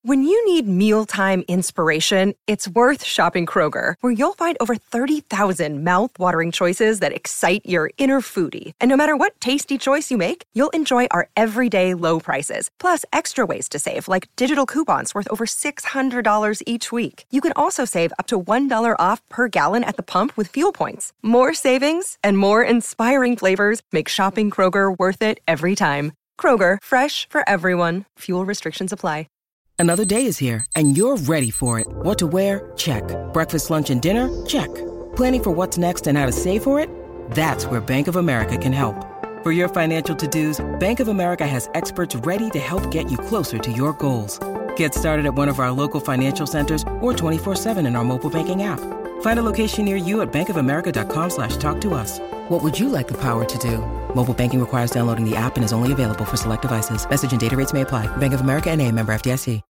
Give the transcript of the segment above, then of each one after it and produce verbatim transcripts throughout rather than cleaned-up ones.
When you need mealtime inspiration, it's worth shopping Kroger, where you'll find over thirty thousand mouth-watering choices that excite your inner foodie. And no matter what tasty choice you make, you'll enjoy our everyday low prices, plus extra ways to save, like digital coupons worth over six hundred dollars each week. You can also save up to one dollar off per gallon at the pump with fuel points. More savings and more inspiring flavors make shopping Kroger worth it every time. Kroger, fresh for everyone. Fuel restrictions apply. Another day is here, and you're ready for it. What to wear? Check. Breakfast, lunch, and dinner? Check. Planning for what's next and how to save for it? That's where Bank of America can help. For your financial to-dos, Bank of America has experts ready to help get you closer to your goals. Get started at one of our local financial centers or twenty-four seven in our mobile banking app. Find a location near you at bankofamerica.com slash talk to us. What would you like the power to do? Mobile banking requires downloading the app and is only available for select devices. Message and data rates may apply. Bank of America N A, member F D I C.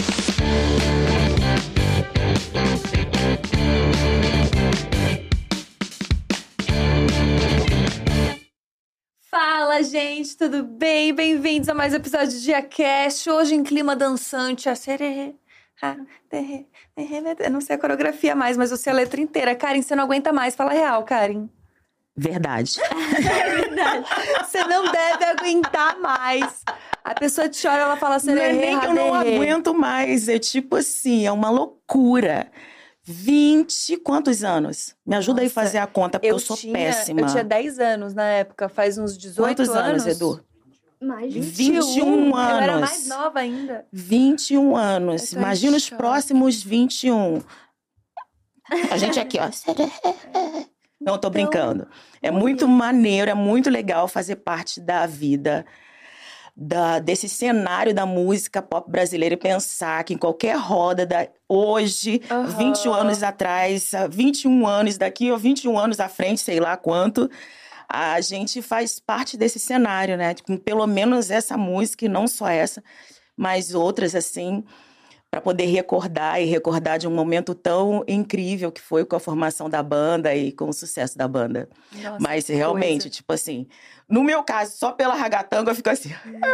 Fala, gente, tudo bem? Bem-vindos a mais um episódio de DiaCast. Hoje em clima dançante, a sererê. Eu não sei a coreografia mais, mas eu sei a letra inteira. Karen, você não aguenta mais. Fala real, Karen. Verdade. É verdade. Você não deve aguentar mais. A pessoa te chora, ela fala sererê, Não é nem que eu não aguento mais. É tipo assim, é uma loucura. vinte, quantos anos? Me ajuda aí a fazer a conta, porque eu, eu sou tinha, péssima. Eu tinha dez anos na época, faz uns dezoito quantos anos. anos, Edu? Mais de vinte e um anos. Eu era mais nova ainda. vinte e um anos. Imagina os choque. próximos vinte e um. A gente aqui, ó. Não, tô brincando. É muito maneiro, é muito legal fazer parte da vida, da, desse cenário da música pop brasileira e pensar que em qualquer roda, da, hoje, uhum. vinte e um anos atrás, vinte e um anos daqui ou vinte e um anos à frente, sei lá quanto, a gente faz parte desse cenário, né? Com pelo menos essa música, e não só essa, mas outras, assim, para poder recordar e recordar de um momento tão incrível que foi com a formação da banda e com o sucesso da banda. Nossa, mas realmente, coisa. Tipo assim, no meu caso, só pela ragatanga eu fico assim.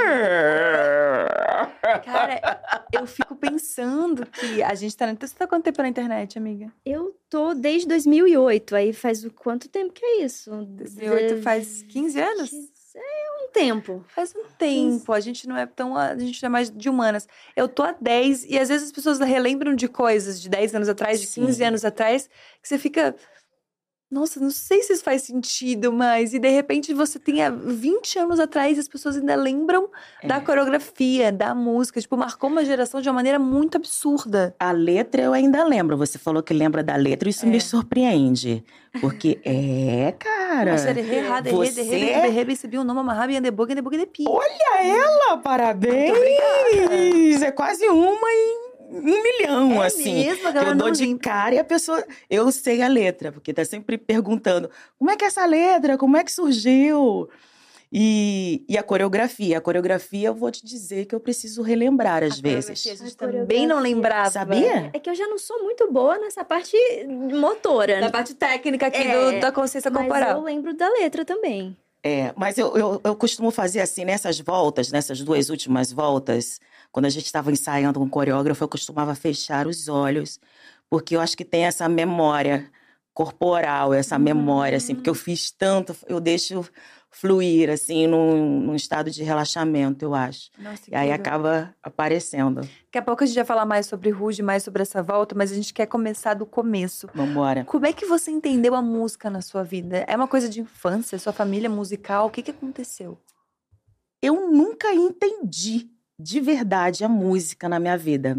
Cara, eu fico pensando que a gente tá... Você tá quanto tempo na internet, amiga? Eu tô desde dois mil e oito, aí faz o quanto tempo que é isso? dois mil e oito faz quinze anos? É um tempo. Faz um tempo, a gente não é tão... A gente é mais de humanas. Eu tô há dez, e às vezes as pessoas relembram de coisas de dez anos atrás, de quinze Sim. anos atrás, que você fica... Nossa, não sei se isso faz sentido, mas... E de repente você tem há vinte anos atrás e as pessoas ainda lembram é. da coreografia, da música. Tipo, marcou uma geração de uma maneira muito absurda. A letra eu ainda lembro. Você falou que lembra da letra, isso é. me surpreende. Porque é, cara... Você... recebi um nome amarrado e andebog, andebog, andepi. Olha ela, parabéns! É quase uma e... Um milhão, é assim. Mesmo, eu dou de limpa. Cara e a pessoa... Eu sei a letra, porque tá sempre perguntando como é que é essa letra? Como é que surgiu? E, e a coreografia. A coreografia, eu vou te dizer que eu preciso relembrar às a vezes. A gente a também não lembrava. Sabia? É que eu já não sou muito boa nessa parte motora. Na parte técnica aqui é, do, da consciência corporal. Mas eu lembro da letra também. É, mas eu, eu, eu costumo fazer assim, nessas voltas, nessas duas últimas voltas... Quando a gente estava ensaiando com o coreógrafo, eu costumava fechar os olhos, porque eu acho que tem essa memória corporal, essa uhum. memória, assim, porque eu fiz tanto, eu deixo fluir, assim, num, num estado de relaxamento, eu acho. Nossa, e aí acaba aparecendo. Daqui a pouco a gente vai falar mais sobre Rouge, mais sobre essa volta, mas a gente quer começar do começo. Vambora. Como é que você entendeu a música na sua vida? É uma coisa de infância, sua família musical? O que, que aconteceu? Eu nunca entendi de verdade a música na minha vida.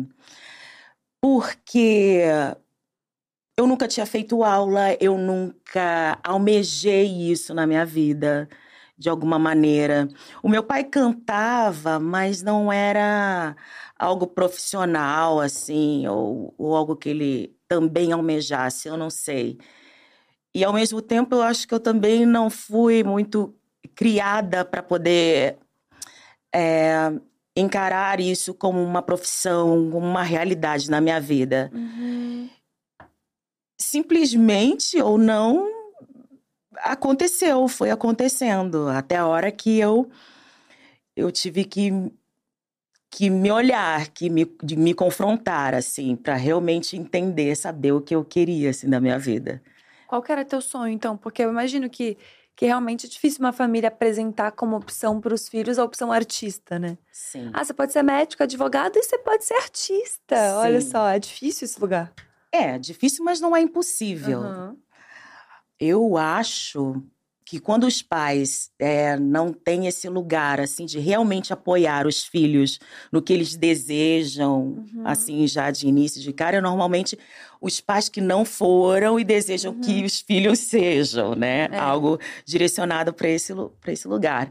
Porque eu nunca tinha feito aula, eu nunca almejei isso na minha vida, de alguma maneira. O meu pai cantava, mas não era algo profissional, assim, ou, ou algo que ele também almejasse, eu não sei. E, ao mesmo tempo, eu acho que eu também não fui muito criada para poder... É, encarar isso como uma profissão, como uma realidade na minha vida. Uhum. Simplesmente, ou não, aconteceu, foi acontecendo. Até a hora que eu, eu tive que que me olhar, que me, de me confrontar, assim, para realmente entender, saber o que eu queria, assim, da minha vida. Qual que era teu sonho, então? Porque eu imagino que, que realmente é difícil uma família apresentar como opção para os filhos a opção artista, né? Sim. Ah, você pode ser médico, advogado e você pode ser artista. Sim. Olha só, é difícil esse lugar. É, difícil, mas não é impossível. Uhum. Eu acho que quando os pais é, não têm esse lugar, assim, de realmente apoiar os filhos no que eles desejam, Uhum. assim, já de início de cara, normalmente os pais que não foram e desejam Uhum. que os filhos sejam, né? É. Algo direcionado para esse, para esse lugar.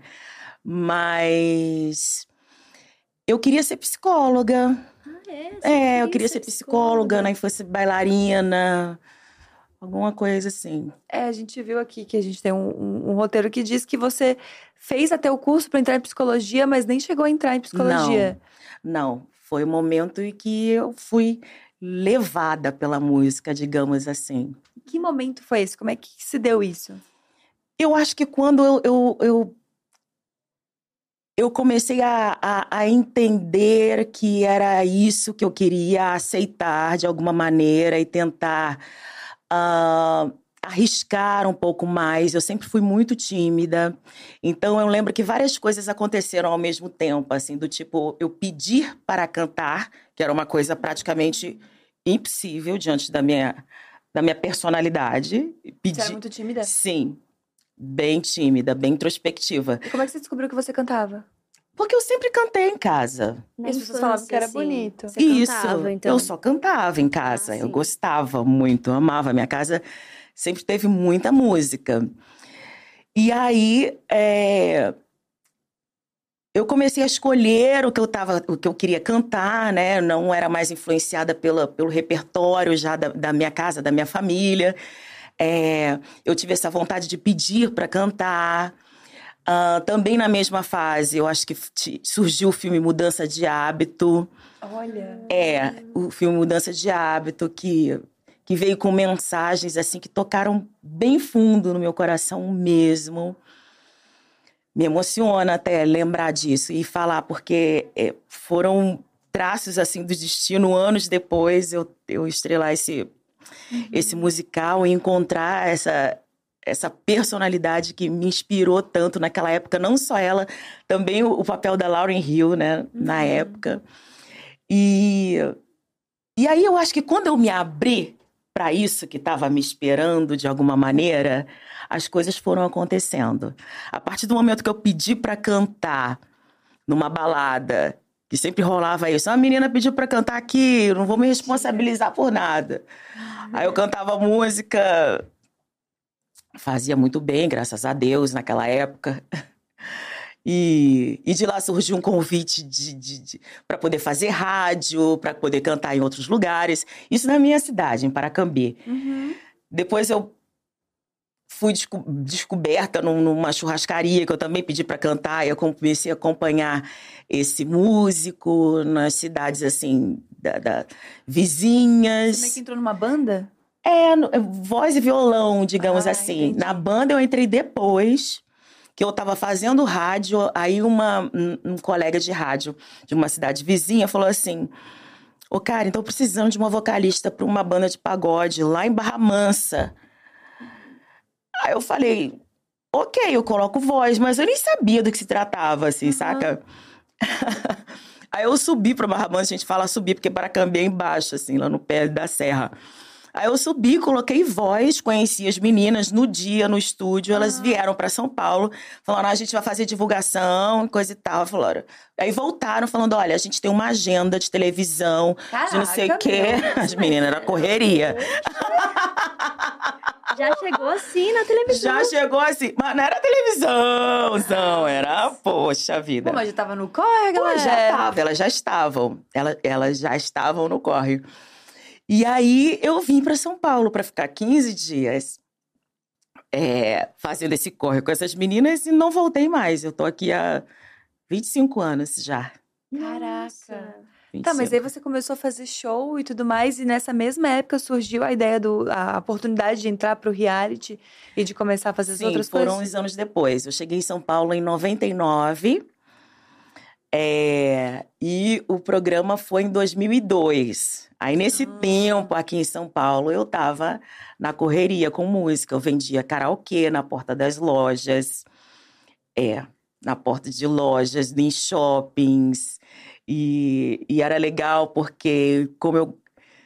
Mas eu queria ser psicóloga. Ah, é? Você É, eu queria ser psicóloga, na infância bailarina, alguma coisa assim. É, a gente viu aqui que a gente tem um, um, um roteiro que diz que você fez até o curso para entrar em psicologia, mas nem chegou a entrar em psicologia. Não, não. Foi o momento em que eu fui levada pela música, digamos assim. Que momento foi esse? Como é que se deu isso? Eu acho que quando eu, eu, eu, eu comecei a, a, a entender que era isso que eu queria aceitar de alguma maneira e tentar uh, arriscar um pouco mais. Eu sempre fui muito tímida. Então, eu lembro que várias coisas aconteceram ao mesmo tempo, assim, do tipo, eu pedir para cantar, que era uma coisa praticamente impossível diante da minha, da minha personalidade. Pedir... Você era muito tímida? Sim. Bem tímida, bem introspectiva. E como é que você descobriu que você cantava? Porque eu sempre cantei em casa. E as pessoas falavam que era assim, bonito. Você Isso, cantava, então? eu só cantava em casa. Ah, eu sim. gostava muito, amava. Minha casa sempre teve muita música. E aí, é... eu comecei a escolher o que eu tava, o que eu queria cantar, né? Não era mais influenciada pela, pelo repertório já da, da minha casa, da minha família. É, eu tive essa vontade de pedir para cantar. Uh, também na mesma fase, eu acho que t- surgiu o filme Mudança de Hábito. Olha. É, o filme Mudança de Hábito, que, que veio com mensagens assim que tocaram bem fundo no meu coração mesmo. Me emociona até lembrar disso e falar, porque é, foram traços assim do destino. Anos depois eu, eu estrelar esse... Uhum. Esse musical e encontrar essa, essa personalidade que me inspirou tanto naquela época. Não só ela, também o, o papel da Lauryn Hill, né? Uhum. Na época. E, e aí eu acho que quando eu me abri para isso que estava me esperando de alguma maneira, as coisas foram acontecendo. A partir do momento que eu pedi para cantar numa balada, que sempre rolava isso. Uma menina pediu pra cantar aqui, não vou me responsabilizar por nada. Aí eu cantava música, fazia muito bem, graças a Deus, naquela época. E, e de lá surgiu um convite de, de, de, para poder fazer rádio, para poder cantar em outros lugares. Isso na minha cidade, em Paracambi. Uhum. Depois eu fui desco- descoberta num, numa churrascaria que eu também pedi para cantar. E eu comecei a acompanhar esse músico nas cidades, assim, da, da, vizinhas. Você meio que entrou numa banda? É, no, voz e violão, digamos Ah, assim. entendi. Na banda eu entrei depois, que eu estava fazendo rádio. Aí uma, um, um colega de rádio de uma cidade vizinha falou assim... Ô, oh, cara, então precisando de uma vocalista para uma banda de pagode lá em Barra Mansa. Aí eu falei, ok, eu coloco voz, mas eu nem sabia do que se tratava, assim, uhum. saca? Aí eu subi pra Barra Mansa, a gente fala subir, porque Paracambi é embaixo, assim, lá no pé da serra. Aí eu subi, coloquei voz, conheci as meninas no dia, no estúdio, elas uhum. vieram pra São Paulo, falaram, ah, a gente vai fazer divulgação, coisa e tal, falaram. Aí voltaram falando, olha, a gente tem uma agenda de televisão, Caraca, de não sei o quê. As meninas, era correria. Já chegou assim na televisão. Já chegou assim, mas não era televisão, não, era, poxa vida. Pô, mas já tava no corre, galera? Pô, já tava, elas já estavam, elas, elas já estavam no corre. E aí eu vim para São Paulo para ficar quinze dias é, fazendo esse corre com essas meninas e não voltei mais. Eu tô aqui há vinte e cinco anos já. Caraca. vinte e cinco. Tá, mas aí você começou a fazer show e tudo mais, e nessa mesma época surgiu a ideia, do, a oportunidade de entrar pro reality e de começar a fazer as Sim, outras foram coisas? uns anos depois. Eu cheguei em São Paulo em noventa e nove. É, e o programa foi em dois mil e dois. Aí, nesse Ah. tempo, aqui em São Paulo, eu tava na correria com música. Eu vendia karaokê na porta das lojas. É, na porta de lojas, em shoppings. E, e era legal porque, como eu...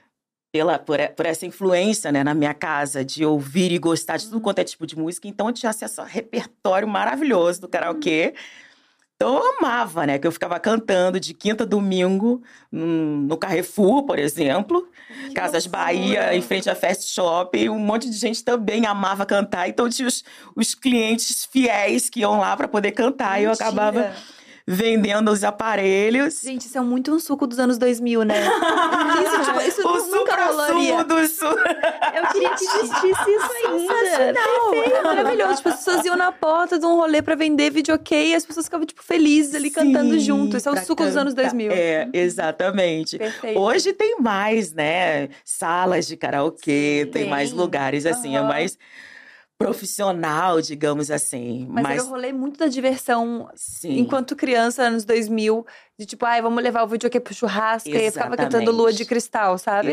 Pela, por, por essa influência, né, na minha casa, de ouvir e gostar de tudo quanto é tipo de música. Então, eu tinha acesso a repertório maravilhoso do karaokê. Então, eu amava, né? Que eu ficava cantando de quinta a domingo hum, no Carrefour, por exemplo. Que Casas loucura. Bahia, em frente à Fast Shop. Um monte de gente também amava cantar. Então, tinha os, os clientes fiéis que iam lá para poder cantar. E eu Mentira. acabava vendendo os aparelhos. Gente, isso é muito um suco dos anos dois mil, né? Isso, tipo, isso o nu- nunca rolaria. supra-sumo do sul. Eu queria que existisse isso ainda. Perfeito, maravilhoso. Tipo, as pessoas iam na porta de um rolê pra vender videokê e as pessoas ficavam, tipo, felizes ali cantando Sim, junto. Esse é o pra suco dos anos cantar. dois mil. É, exatamente. Perfeito. Hoje tem mais, né? Salas de karaokê, Sim, tem mais tem. lugares, assim, é Aham. mais profissional, digamos assim. Mas, Mas, era o rolê muito da diversão sim, enquanto criança, anos dois mil. De tipo, ai, vamos levar o videokê pro churrasco. E aí eu ficava cantando Exatamente. Lua de Cristal, sabe?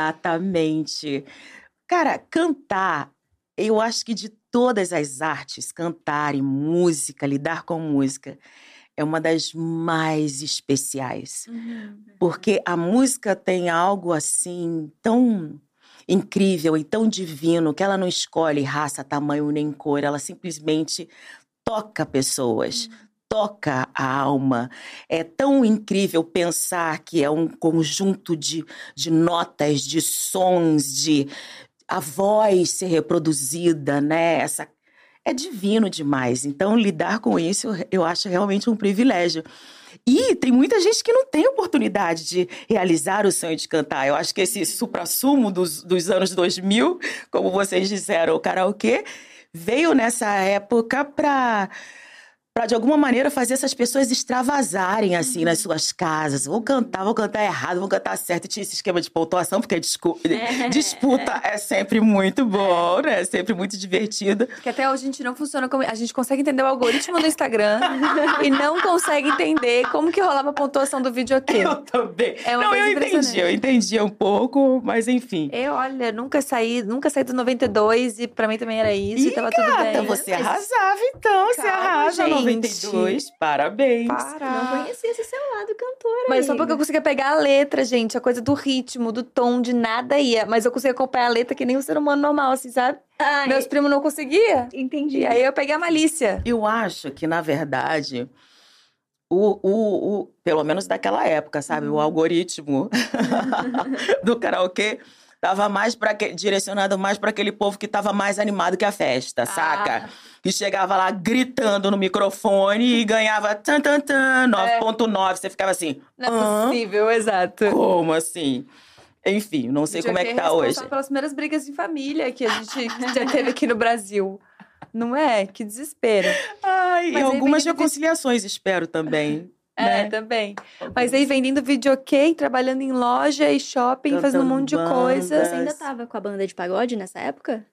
exatamente. Cara, cantar, eu acho que de todas as artes, cantar e música, lidar com música, é uma das mais especiais. Porque a música tem algo assim tão incrível e tão divino que ela não escolhe raça, tamanho nem cor, ela simplesmente toca pessoas, toca a alma. É tão incrível pensar que é um conjunto de, de notas, de sons, de a voz ser reproduzida, né? Essa é divino demais. Então, lidar com isso eu, eu acho realmente um privilégio. E tem muita gente que não tem oportunidade de realizar o sonho de cantar. Eu acho que esse suprassumo dos, dos anos dois mil, como vocês disseram, o karaokê, veio nessa época para... para de alguma maneira fazer essas pessoas extravasarem assim nas suas casas. Vou cantar, vou cantar errado, vou cantar certo. E tinha esse esquema de pontuação, porque discu- disputa é sempre muito bom, né? É sempre muito divertido. Que até hoje a gente não funciona como... A gente consegue entender o algoritmo do Instagram e não consegue entender como que rolava a pontuação do videokê. Eu também. É uma Não, coisa eu entendi, impressionante. eu entendi um pouco, mas enfim. Eu, olha, nunca saí, nunca saí do noventa e dois e pra mim também era isso, Ih, e tava tudo gata, bem. você Mas arrasava então, você Calma, arrasa gente. noventa e dois, parabéns. Não Para. conhecia esse seu lado cantora. Mas só aí. porque eu conseguia pegar a letra, gente, a coisa do ritmo, do tom, de nada ia. Mas eu conseguia acompanhar a letra que nem um ser humano normal, assim, sabe? Ai, Meus primos não conseguiam. entendi. E aí eu peguei a malícia. Eu acho que, na verdade, o, o, o, pelo menos daquela época, sabe? O algoritmo do karaokê tava mais para direcionado mais para aquele povo que tava mais animado que a festa, saca? Que chegava lá gritando no microfone e ganhava tan tan tan nove ponto nove. Você ficava assim, Não é "Hã? possível, exato. Como assim?" Enfim, não sei como é que Videokê tá hoje. responsável pelas primeiras brigas de família que a gente já teve aqui no Brasil. Não é? Que desespero. Ai, e Mas aí algumas vendendo reconciliações, espero também. É, né? também. Mas aí vendendo videokê, trabalhando em loja e shopping, fazendo um Cantando monte de banda. coisa. Você ainda tava com a banda de pagode nessa época?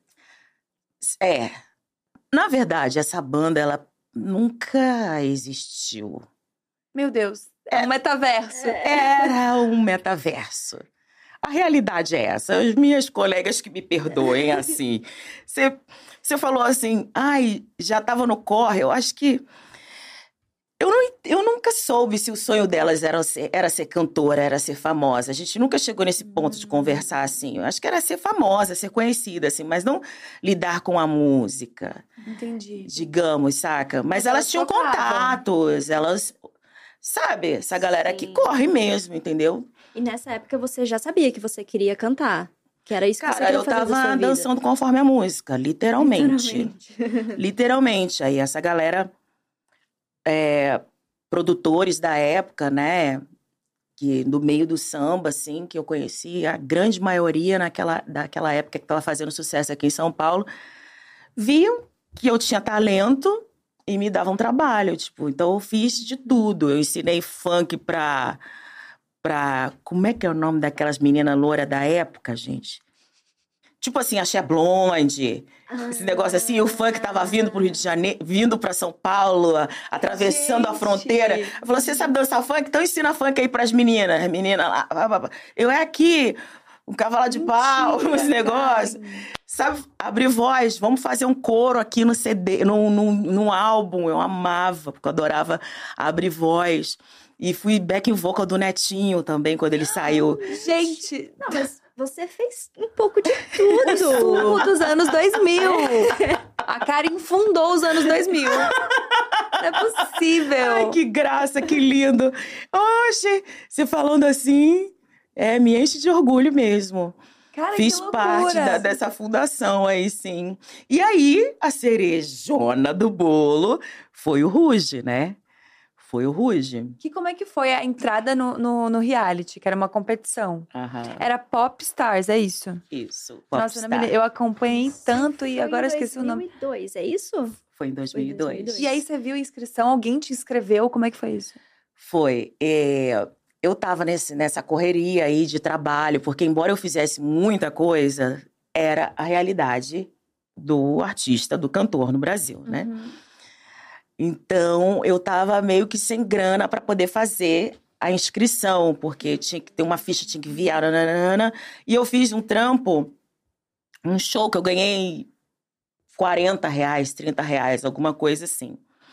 É. Na verdade, essa banda, ela nunca existiu. Meu Deus, é um metaverso. Era um metaverso. A realidade é essa. As minhas colegas que me perdoem, assim. Você, você falou assim, ai, já estava no corre. Eu acho que... Eu, não, eu nunca soube se o sonho delas era ser, era ser cantora, era ser famosa. A gente nunca chegou nesse ponto de conversar assim. Eu acho que era ser famosa, ser conhecida, assim, mas não lidar com a música, Entendi. digamos, saca? Mas, Mas elas, elas tinham tocavam. contatos, elas... Sabe, essa galera que Sim. corre mesmo, entendeu? E nessa época você já sabia que você queria cantar? Que era isso que você Cara, queria eu fazer da sua tava vida? dançando conforme a música, literalmente. Literalmente. Literalmente. Aí essa galera, é, produtores da época, né, que no meio do samba, assim, que eu conheci, a grande maioria naquela, daquela época que tava fazendo sucesso aqui em São Paulo, viam que eu tinha talento e me davam trabalho, tipo, então eu fiz de tudo. Eu ensinei funk pra... pra como é que é o nome daquelas meninas loura da época, gente? Tipo assim, Axé Blonde, ah, esse negócio assim, o funk tava vindo pro Rio de Janeiro, vindo pra São Paulo, atravessando Gente. a fronteira. Eu falei, você sabe dançar funk? Então ensina funk aí pras meninas. As meninas lá, eu é aqui, um cavalo de pau, esse negócio. Sabe, abrir voz, vamos fazer um coro aqui no C D, no, no, no álbum. Eu amava, porque eu adorava abrir voz. E fui backing vocal do Netinho também, quando ele saiu. Gente, não, mas você fez um pouco de tudo. Sumo dos anos dois mil. A Karen fundou os anos dois mil. Não é possível. Ai, que graça, que lindo. Oxe, você falando assim, é, me enche de orgulho mesmo. Cara, Fiz parte da, dessa fundação aí, sim. E aí, a cerejona do bolo foi o Ruge, né? Foi o Ruge. Que como é que foi a entrada no, no, no reality? Que era uma competição. Aham. Era Pop Stars, é isso? Isso, Pop Nossa, Stars. não me... eu acompanhei tanto e foi agora eu esqueci o nome. dois mil e dois, é isso? Foi em dois mil e dois. Foi em dois mil e dois. E aí você viu a inscrição? Alguém te inscreveu? Como é que foi isso? Foi. É... Eu tava nesse, nessa correria aí de trabalho, porque embora eu fizesse muita coisa, era a realidade do artista, do cantor no Brasil, né? Uhum. Então, eu tava meio que sem grana para poder fazer a inscrição, porque tinha que ter uma ficha, tinha que enviar, nananana, e eu fiz um trampo, um show que eu ganhei quarenta reais, trinta reais, alguma coisa assim.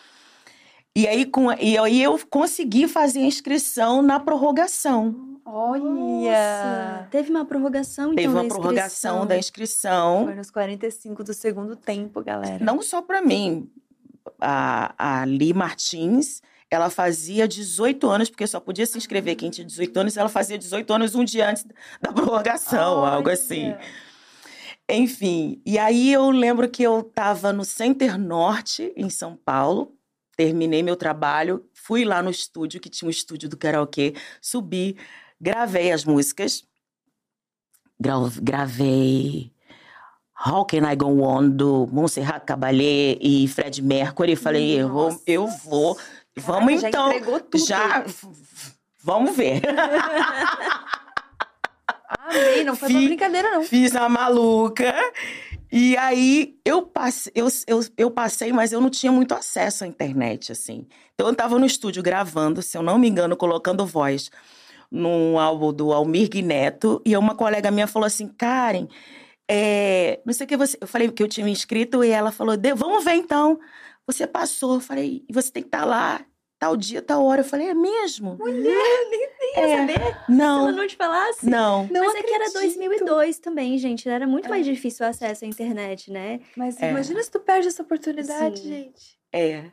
E aí, com, e aí eu consegui fazer a inscrição na prorrogação. Olha! Nossa, teve uma prorrogação, então, Teve uma da prorrogação da inscrição. Foi nos quarenta e cinco do segundo tempo, galera. Não só para mim. A, a Li Martins, ela fazia dezoito anos, porque só podia se inscrever quem tinha dezoito anos, ela fazia dezoito anos um dia antes da prorrogação, Olha. Algo assim. Enfim, e aí eu lembro que eu estava no Center Norte, em São Paulo, terminei meu trabalho, fui lá no estúdio, que tinha um estúdio do karaokê, subi, gravei as músicas, gra gravei How Can I Go On, do Montserrat Caballé e Fred Mercury, e falei, eu vou, eu vou, Caraca, vamos já então, entregou tudo. já, vamos ver. Amei, não foi Fiz- uma brincadeira, não. Fiz a maluca. E aí, eu passei, eu, eu, eu passei, mas eu não tinha muito acesso à internet, assim. Então, eu tava no estúdio gravando, se eu não me engano, colocando voz num álbum do Almir Neto. E uma colega minha falou assim, Karen, é, não sei o que você... Eu falei que eu tinha me inscrito e ela falou, vamos ver então. Você passou. Eu falei, e você tem que estar lá, tal dia, tal hora. Eu falei, é mesmo? Mulher, nem, nem ia É. saber. Não, Se ela não te falasse. não. Não Mas é que era acredito. dois mil e dois também, gente. Era muito mais difícil o acesso à internet, né? Mas É. imagina se tu perde essa oportunidade, Sim. gente. É.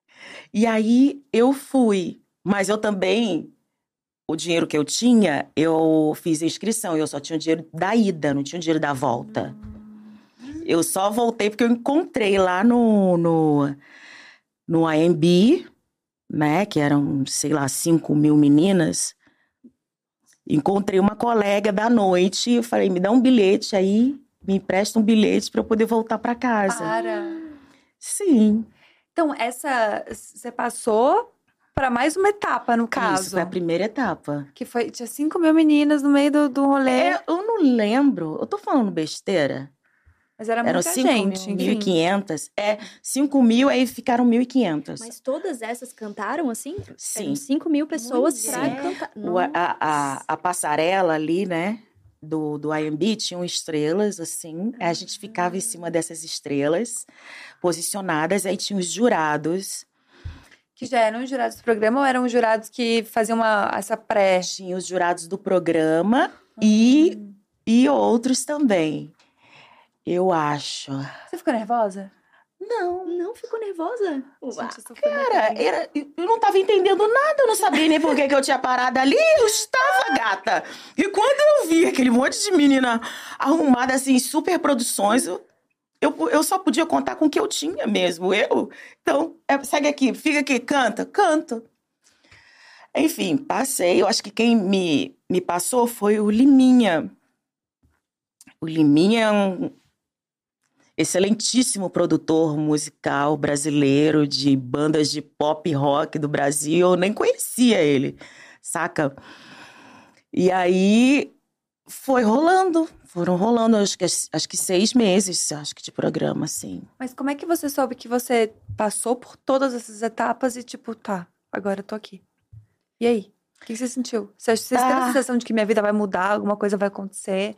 E aí, eu fui. Mas eu também... O dinheiro que eu tinha, eu fiz a inscrição. Eu só tinha o dinheiro da ida, não tinha o dinheiro da volta. Eu só voltei porque eu encontrei lá no, no, no A M B, né? Que eram, sei lá, cinco mil meninas. Encontrei uma colega da noite e eu falei, me dá um bilhete aí, me empresta um bilhete para eu poder voltar para casa. Para. Sim. Então, essa... Você passou para mais uma etapa, no caso. Isso foi a primeira etapa. Que foi... Tinha cinco mil meninas no meio do, do rolê. É, eu não lembro. Eu tô falando besteira? Mas era Eram muita cinco gente, mil e enfim. quinhentas. É, cinco mil, aí ficaram mil e quinhentas. Mas todas essas cantaram, assim? Sim. Eram cinco mil pessoas Mulher. pra cantar. O- a, a, a passarela ali, né, do, do I M B, tinham estrelas, assim. A gente ficava em cima dessas estrelas, posicionadas. Aí tinha os jurados. Que já eram os jurados do programa ou eram os jurados que faziam uma, essa pré? Tinha os jurados do programa e, e outros também. Eu acho. Você ficou nervosa? Não. Não ficou nervosa? Gente, eu sou Cara, era, eu não tava entendendo nada, eu não sabia nem por que que eu tinha parado ali, eu estava gata. E quando eu vi aquele monte de menina arrumada, assim, super produções, eu, eu, eu só podia contar com o que eu tinha mesmo, eu. Então, é, segue aqui, fica aqui, canta, canto. Enfim, passei, eu acho que quem me, me passou foi o Liminha. O Liminha é um excelentíssimo produtor musical brasileiro de bandas de pop rock do Brasil. Eu nem conhecia ele, saca? E aí, Foi rolando, foram rolando, acho que, acho que seis meses, acho que de programa, assim. Mas como é que você soube que você passou por todas essas etapas e tipo, tá, agora eu tô aqui? E aí? O que você sentiu? Você, você Tá. teve a sensação de que minha vida vai mudar, alguma coisa vai acontecer?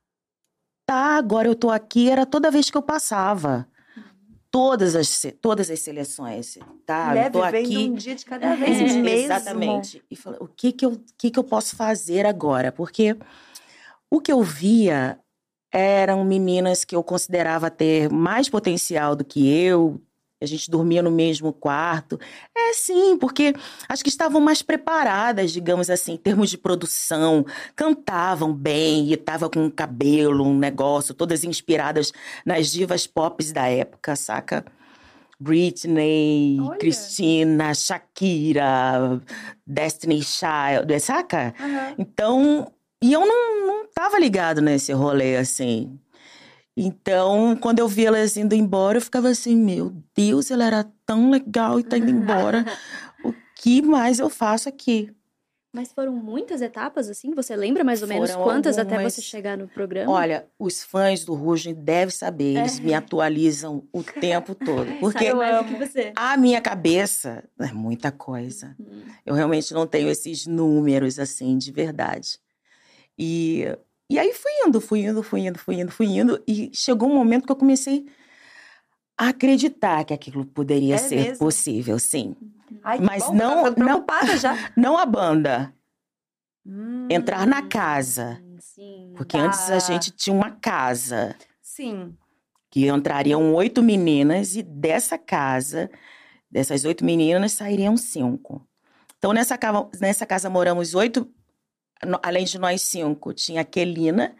Tá, agora eu tô aqui, era toda vez que eu passava. Todas as, se- todas as seleções, tá? Mulher eu tô vivendo aqui. um dia de cada vez É, mesmo. exatamente. E falei, o que que eu, o que que eu posso fazer agora? Porque o que eu via eram meninas que eu considerava ter mais potencial do que eu. A gente dormia no mesmo quarto. É, sim, porque acho que estavam mais preparadas, digamos assim, em termos de produção. Cantavam bem e estavam com um cabelo, um negócio, todas inspiradas nas divas pop da época, saca? Britney, Olha. Christina, Shakira, Destiny Child, saca? Aham. Então, e eu não, não tava ligado nesse rolê, assim. Então, quando eu vi elas indo embora, eu ficava assim, meu Deus, ela era tão legal e tá indo embora. O que mais eu faço aqui? Mas foram muitas etapas, assim? Você lembra mais ou menos Foram quantas até algumas. você chegar no programa? Olha, os fãs do Ruge devem saber, eles me atualizam o tempo todo. Porque Sabe mais do que você. a minha cabeça é muita coisa. Hum. Eu realmente não tenho esses números, assim, de verdade. E, e aí fui indo, fui indo, fui indo, fui indo, fui indo. E chegou um momento que eu comecei a acreditar que aquilo poderia É ser mesmo? possível, sim. Ai, que Mas bom, não- eu tava ficando não- preocupada já. Não a banda, Hum, entrar na casa. Sim. Porque Tá. antes a gente tinha uma casa. Sim. Que entrariam oito meninas e dessa casa, dessas oito meninas, sairiam cinco. Então, nessa, ca- nessa casa moramos oito, no- além de nós cinco, tinha a Kelina,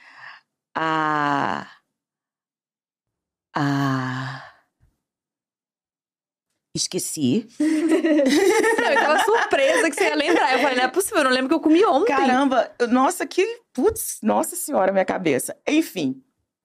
a... a... Esqueci. Não, eu tava surpresa que você ia lembrar. Eu falei, não é possível, eu não lembro que eu comi ontem. Caramba, eu- nossa, que... Putz, nossa senhora, minha cabeça. Enfim,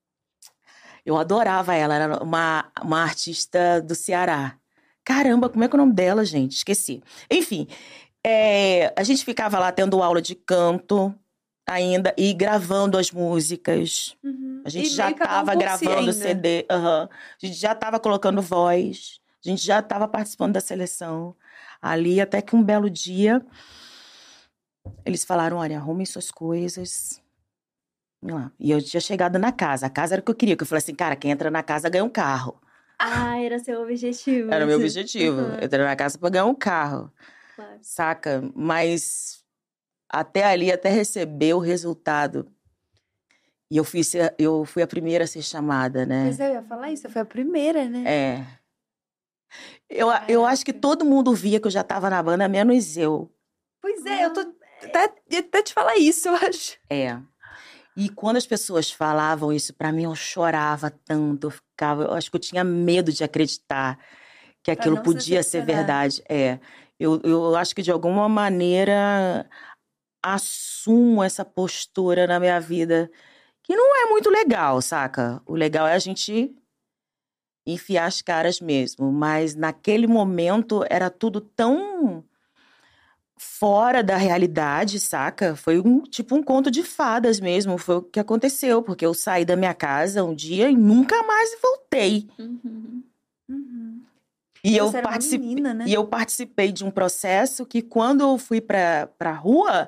eu adorava ela, era uma, uma artista do Ceará. Caramba, como é que é o nome dela, gente? Esqueci. Enfim, é, a gente ficava lá tendo aula de canto ainda e gravando as músicas. Uhum. A gente E já meio cada um estava por si gravando ainda. C D, aham. A gente já estava colocando voz, a gente já estava participando da seleção ali, até que um belo dia eles falaram, olha, arrumem suas coisas. Vem lá. E eu tinha chegado na casa, a casa era o que eu queria, que eu falei assim, cara, quem entra na casa ganha um carro. Ah, era seu objetivo. Era o meu assim. objetivo, Uhum, entrar na casa pra ganhar um carro, claro. saca? Mas até ali, até receber o resultado. E eu fui, ser- eu fui a primeira a ser chamada, né? Mas eu ia falar isso, foi a primeira, né? É. Eu, eu acho que todo mundo via que eu já tava na banda, menos eu. Pois é, eu tô até, ia até te falar isso, eu acho. É. E quando as pessoas falavam isso pra mim, eu chorava tanto, eu ficava, eu acho que eu tinha medo de acreditar que aquilo não se podia ser decepcionar. verdade. É. Eu, eu acho que de alguma maneira assumo essa postura na minha vida, que não é muito legal, saca? O legal é a gente enfiar as caras mesmo, mas naquele momento era tudo tão fora da realidade, saca? Foi um tipo um conto de fadas mesmo, foi o que aconteceu, porque eu saí da minha casa um dia e nunca mais voltei. Uhum. Uhum. E eu Você era uma participei, menina, né? e eu participei de um processo que quando eu fui pra, pra rua,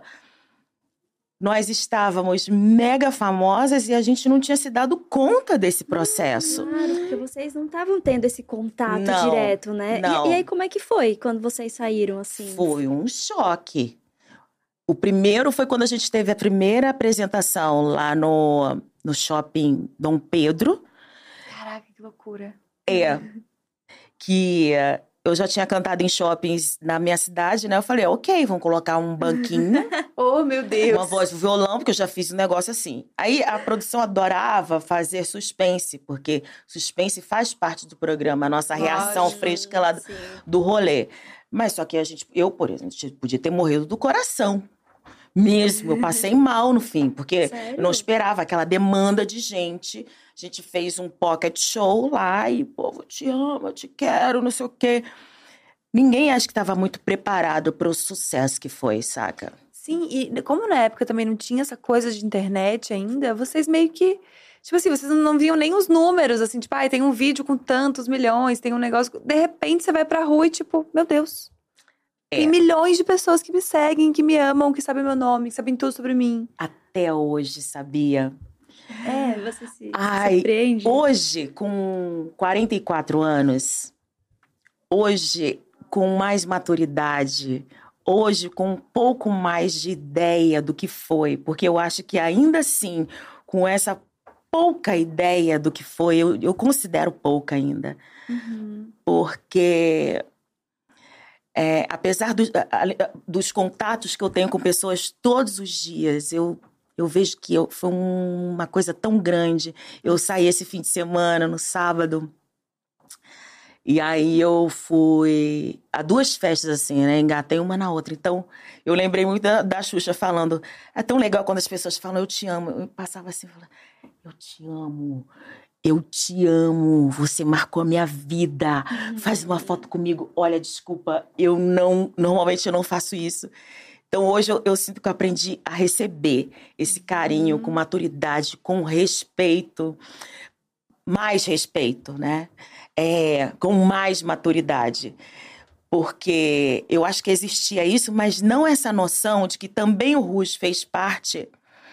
nós estávamos mega famosas e a gente não tinha se dado conta desse processo. Claro, porque vocês não estavam tendo esse contato Não, direto, né? E- não. E, aí, como é que foi quando vocês saíram, assim? Foi um choque. O primeiro foi quando a gente teve a primeira apresentação lá no, no shopping Dom Pedro. Caraca, que loucura. É. Que eh, eu já tinha cantado em shoppings na minha cidade, né? Eu falei, ok, vamos colocar um banquinho, Oh, meu Deus. uma voz do violão, porque eu já fiz um negócio assim. Aí a produção adorava fazer suspense, porque suspense faz parte do programa, a nossa reação Lógico. fresca lá do, Sim. do rolê. Mas só que a gente, eu, por exemplo, podia ter morrido do coração. Mesmo, eu passei mal no fim, porque Sério? eu não esperava aquela demanda de gente. A gente fez um pocket show lá e, povo, te amo, eu te quero, não sei o quê. Ninguém acho que estava muito preparado para o sucesso que foi, saca? Sim, e como na época também não tinha essa coisa de internet ainda, vocês meio que... Tipo assim, vocês não viam nem os números, assim, tipo, ah, tem um vídeo com tantos milhões, tem um negócio... De repente, você vai pra rua e tipo, meu Deus. É. Tem milhões de pessoas que me seguem, que me amam, que sabem meu nome, que sabem tudo sobre mim. Até hoje, sabia? É, você se Ai, surpreende. hoje, com quarenta e quatro anos, hoje, com mais maturidade, hoje, com um pouco mais de ideia do que foi, porque eu acho que ainda assim, com essa pouca ideia do que foi, eu, eu considero pouca ainda, Uhum. porque é, apesar do, a- dos contatos que eu tenho com pessoas todos os dias, eu, eu vejo que eu, foi um- uma coisa tão grande. Eu saí esse fim de semana, no sábado, e aí eu fui a duas festas assim, né? Engatei uma na outra. Então, eu lembrei muito da, da Xuxa falando. É tão legal quando as pessoas falam, eu te amo. Eu passava assim, falando, eu te amo. Eu te amo. Você marcou a minha vida. Faz uma foto comigo. Olha, desculpa, eu não... Normalmente eu não faço isso. Então, hoje eu, eu sinto que eu aprendi a receber esse carinho com maturidade, com respeito. Mais respeito, né? É, com mais maturidade. Porque eu acho que existia isso, mas não essa noção de que também o Rouge fez parte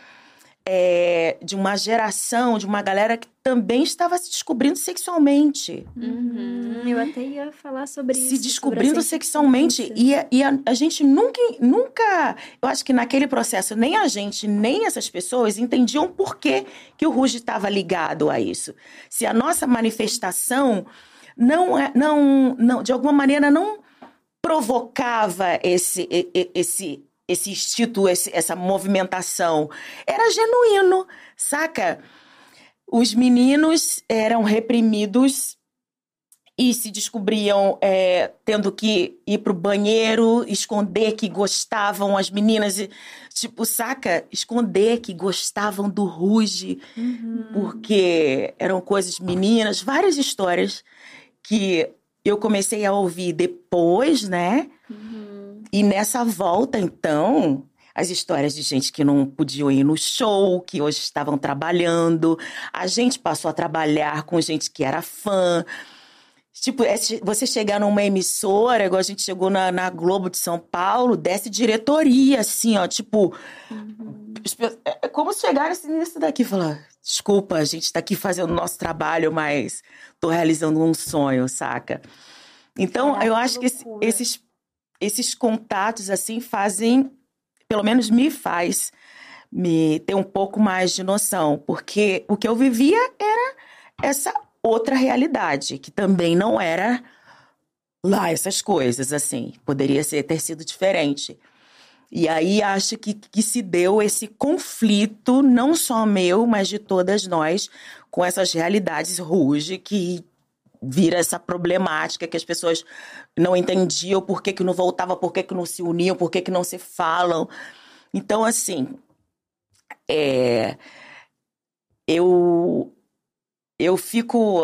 é, de uma geração, de uma galera que também estava se descobrindo sexualmente. Uhum. Eu até ia falar sobre isso. Se descobrindo sobre a sexualmente. sexualidade. E, a, e a, a gente nunca, nunca... Eu acho que naquele processo, nem a gente, nem essas pessoas entendiam por que, que o Rouge estava ligado a isso. Se a nossa manifestação não, é- não, não de alguma maneira, não provocava esse, e- e- esse, esse instinto, esse- essa movimentação. Era genuíno, saca? Os meninos eram reprimidos e se descobriam é, tendo que ir pro banheiro, esconder que gostavam, as meninas, e, tipo, saca? Esconder que gostavam do Rouge, porque eram coisas meninas, várias histórias que eu comecei a ouvir depois, né? E nessa volta, então, as histórias de gente que não podiam ir no show, que hoje estavam trabalhando. A gente passou a trabalhar com gente que era fã. Tipo, é, você chegar numa emissora, igual a gente chegou na, na Globo de São Paulo, desce diretoria, assim, ó, tipo... as pe- É como se chegasse nisso daqui e falar, desculpa, a gente tá aqui fazendo o nosso trabalho, mas tô realizando um sonho, saca? Então, Caraca, eu que acho que esse- loucura. esses, esses contatos, assim, fazem... Pelo menos me faz me ter um pouco mais de noção. Porque o que eu vivia era essa outra realidade, que também não era lá essas coisas, assim. Poderia ser, ter sido diferente. E aí acho que, que se deu esse conflito, não só meu, mas de todas nós, com essas realidades Rouge, que vira essa problemática que as pessoas não entendiam por que, que não voltava, por que, que não se uniam, por que, que não se falam. Então, assim, é, eu, eu fico...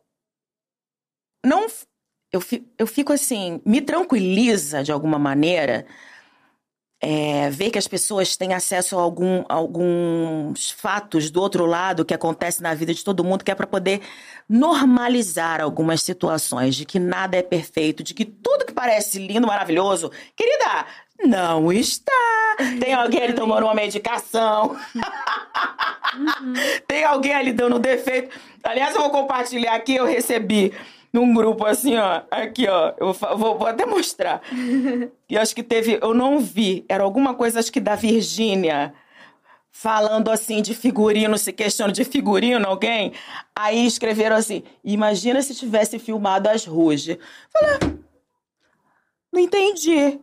Não, eu, fi- eu fico assim, me tranquiliza de alguma maneira é, ver que as pessoas têm acesso a algum, alguns fatos do outro lado que acontecem na vida de todo mundo, que é para poder normalizar algumas situações, de que nada é perfeito, de que tudo que parece lindo, maravilhoso, querida, não está. Tem alguém ali tomando uma medicação. Tem alguém ali dando defeito. Aliás, eu vou compartilhar aqui, eu recebi num grupo assim, ó, aqui, ó, eu fa- vou, vou até mostrar. E acho que teve, eu não vi, era alguma coisa, acho que da Virgínia, falando assim de figurino, se questionando de figurino, alguém. Aí escreveram assim, imagina se tivesse filmado as Rouge. Falei, ah, não entendi.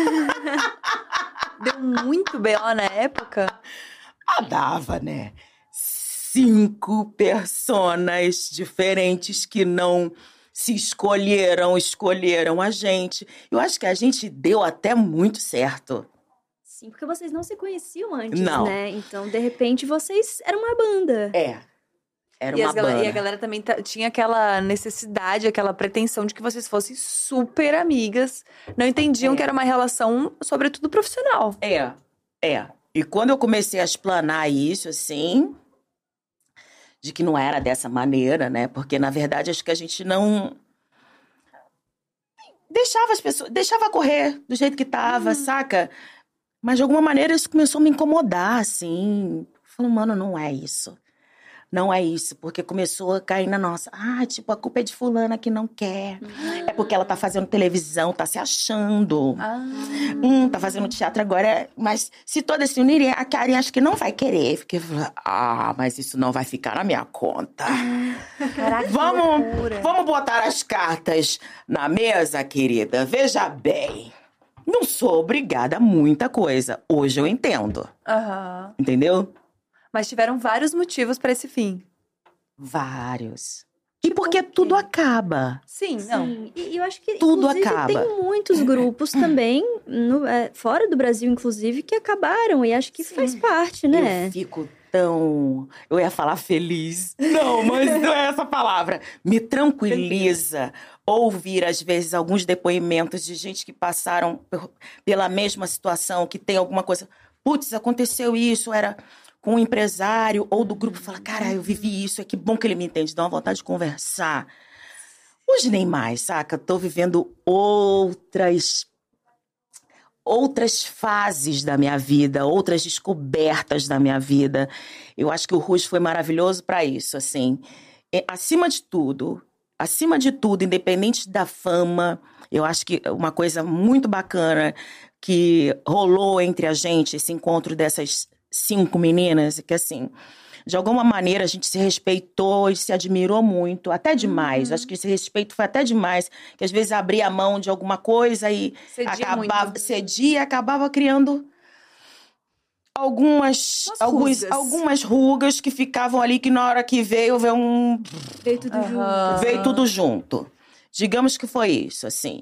Deu muito B O na época. Ah, dava, né? Cinco personas diferentes que não se escolheram, escolheram a gente. Eu acho que a gente deu até muito certo. Sim, porque vocês não se conheciam antes, Não. né? Então, de repente, vocês eram uma banda. É. Era E, uma as gal- banda. e a galera também ta- tinha aquela necessidade, aquela pretensão de que vocês fossem super amigas. Não entendiam É. que era uma relação, sobretudo, profissional. É. É. E quando eu comecei a explanar isso, assim, de que não era dessa maneira, né? Porque, na verdade, acho que a gente não... Deixava as pessoas... Deixava correr do jeito que tava, hum. saca? Mas, de alguma maneira, isso começou a me incomodar, assim. Falei, mano, não é isso. Não é isso, porque começou a cair na nossa. Ah, tipo, a culpa é de fulana que não quer. Ah. É porque ela tá fazendo televisão, tá se achando. Ah. Hum, tá fazendo teatro agora. Mas se todas se unirem, a Karen acho que não vai querer. Fiquei falando, ah, mas isso não vai ficar na minha conta. Caraca, vamos, vamos botar as cartas na mesa, querida. Veja bem. Não sou obrigada a muita coisa. Hoje eu entendo. Aham. Entendeu? Mas tiveram vários motivos pra esse fim. Vários. E porque tudo acaba. Sim, não. Sim. E eu acho que, tudo inclusive, acaba. tem muitos grupos também, no, é, fora do Brasil, inclusive, que acabaram. E acho que Sim. faz parte, né? Eu fico tão... Eu ia falar feliz. Não, mas não é essa palavra. Me tranquiliza ouvir, às vezes, alguns depoimentos de gente que passaram pela mesma situação, que tem alguma coisa... Putz, aconteceu isso, era... com um empresário ou do grupo, fala, cara, eu vivi isso, é que bom que ele me entende, dá uma vontade de conversar. Hoje nem mais, saca? Tô vivendo outras, outras fases da minha vida, outras descobertas da minha vida. Eu acho que o Rouge foi maravilhoso para isso, assim. E, acima de tudo, acima de tudo, independente da fama, eu acho que uma coisa muito bacana que rolou entre a gente, esse encontro dessas cinco meninas, que assim, de alguma maneira a gente se respeitou e se admirou muito, até demais. Uhum. Acho que esse respeito foi até demais, que às vezes abria a mão de alguma coisa e cedia acabava, muito. cedia e acabava criando algumas, alguns, rugas. algumas rugas que ficavam ali, que na hora que veio, veio um... Veio tudo uhum. junto. Veio tudo junto. Digamos que foi isso, assim.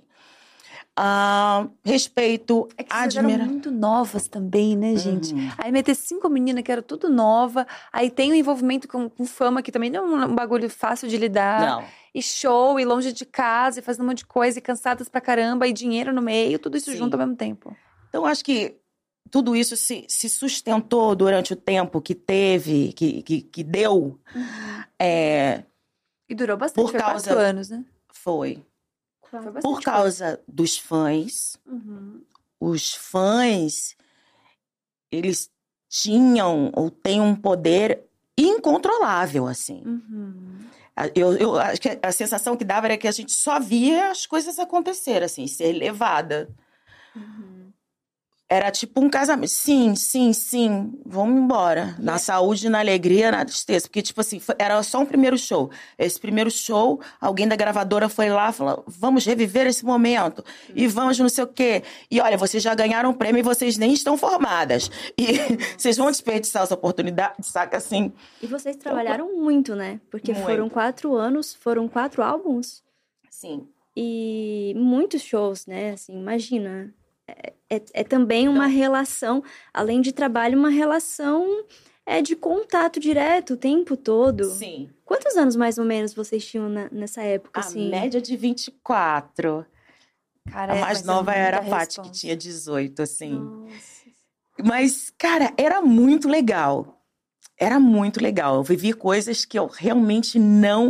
Uh, respeito, é que admira... vocês eram muito novas também, né, gente? Uhum. Aí meter cinco meninas que eram tudo nova, aí tem o envolvimento com, com fama, que também não é um bagulho fácil de lidar. Não. E show, e longe de casa, e fazendo um monte de coisa, e cansadas pra caramba, e dinheiro no meio, tudo isso Sim. junto ao mesmo tempo. Então, acho que tudo isso se, se sustentou durante o tempo que teve, que, que, que deu. Uhum. É, e durou bastante, por foi causa... quatro anos, né? Foi. Por causa dos fãs, uhum. os fãs, eles tinham ou têm um poder incontrolável, assim. Uhum. Eu, eu acho que a sensação que dava era que a gente só via as coisas acontecer, assim, ser levada. Uhum. Era tipo um casamento. Sim, sim, sim, vamos embora. Na saúde, na alegria, na tristeza. Porque, tipo assim, era só um primeiro show. Esse primeiro show, alguém da gravadora foi lá e falou, vamos reviver esse momento. Uhum. E vamos não sei o quê. E olha, vocês já ganharam um prêmio e vocês nem estão formadas. E vocês vão desperdiçar essa oportunidade, saca assim? E vocês trabalharam então, muito, né? Porque muito. foram quatro anos, foram quatro álbuns. Sim. E muitos shows, né? Assim, imagina... É, é, é também uma então, relação, além de trabalho, uma relação é, de contato direto o tempo todo. Sim. Quantos anos, mais ou menos, vocês tinham na, nessa época, a assim? A média de vinte e quatro. Cara, a mais nova é era a Paty, que tinha dezoito, assim. Nossa. Mas, cara, era muito legal. Era muito legal. Eu vivi coisas que eu realmente não...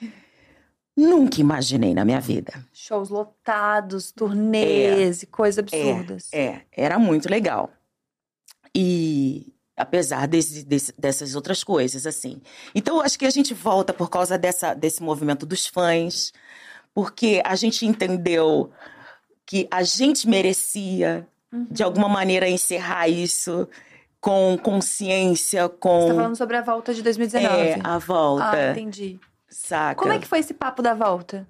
Nunca imaginei na minha vida. Shows lotados, turnês é, e coisas absurdas. É, é, era muito legal. E apesar desse, desse, dessas outras coisas, assim. Então, eu acho que a gente volta por causa dessa, desse movimento dos fãs, porque a gente entendeu que a gente merecia, uhum. de alguma maneira, encerrar isso com consciência, com... Você tá falando sobre a volta de dois mil e dezenove. É, a volta. Ah, entendi. Saca? Como é que foi esse papo da volta?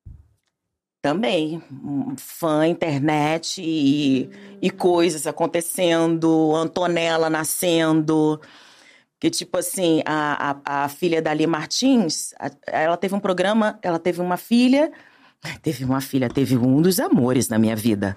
Também. Fã, internet e, hum. e coisas acontecendo. Antonella nascendo. Que, tipo assim, a, a, a filha da Lia Martins, a, ela teve um programa, ela teve uma filha... Teve uma filha, teve um dos amores na minha vida.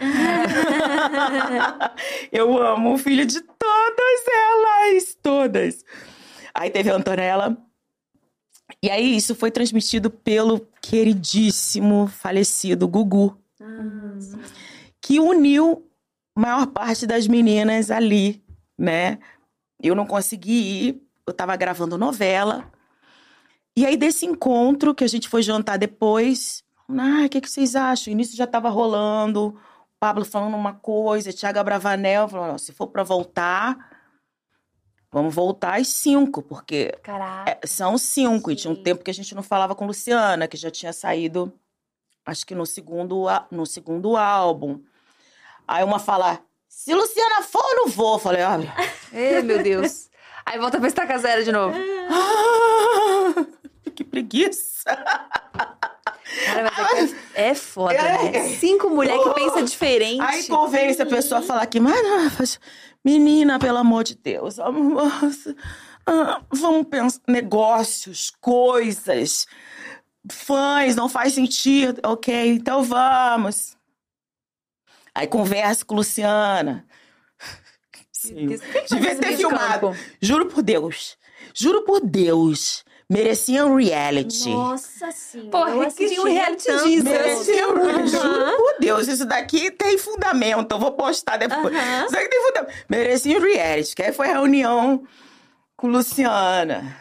Eu amo o filho de todas elas, todas. Aí teve a Antonella... E aí, isso foi transmitido pelo queridíssimo, falecido Gugu. Ah, que uniu maior parte das meninas ali, né? Eu não consegui ir, eu tava gravando novela. E aí, desse encontro, que a gente foi jantar depois, ah, o que, que vocês acham? O início já tava rolando, o Pablo falando uma coisa, Thiago Abravanel falando, se for pra voltar, vamos voltar às cinco, porque é, são cinco. Sim. E tinha um tempo que a gente não falava com Luciana, que já tinha saído, acho que no segundo, no segundo álbum. Aí uma fala, se Luciana for, eu não vou. Falei, olha... Ei, meu Deus. Aí volta pra estaca zero de novo. Ah, que preguiça. Cara, mas é, é foda, é, né? Cinco mulheres que pensam diferente. Aí convence a pessoa a falar que, mas, menina, pelo amor de Deus, vamos, vamos pensar, negócios, coisas, fãs, não faz sentido. Ok, então vamos. Aí conversa com Luciana. Sim. Devia ter filmado. Campo. Juro por Deus. Juro por Deus. Merecia um reality. Nossa, sim. Porra, eu queria um reality disso. Merecia um reality. Juro por Deus. Isso daqui tem fundamento. Eu vou postar depois. Uh-huh. Isso daqui tem fundamento. Merecia um reality. Que aí foi reunião com Luciana.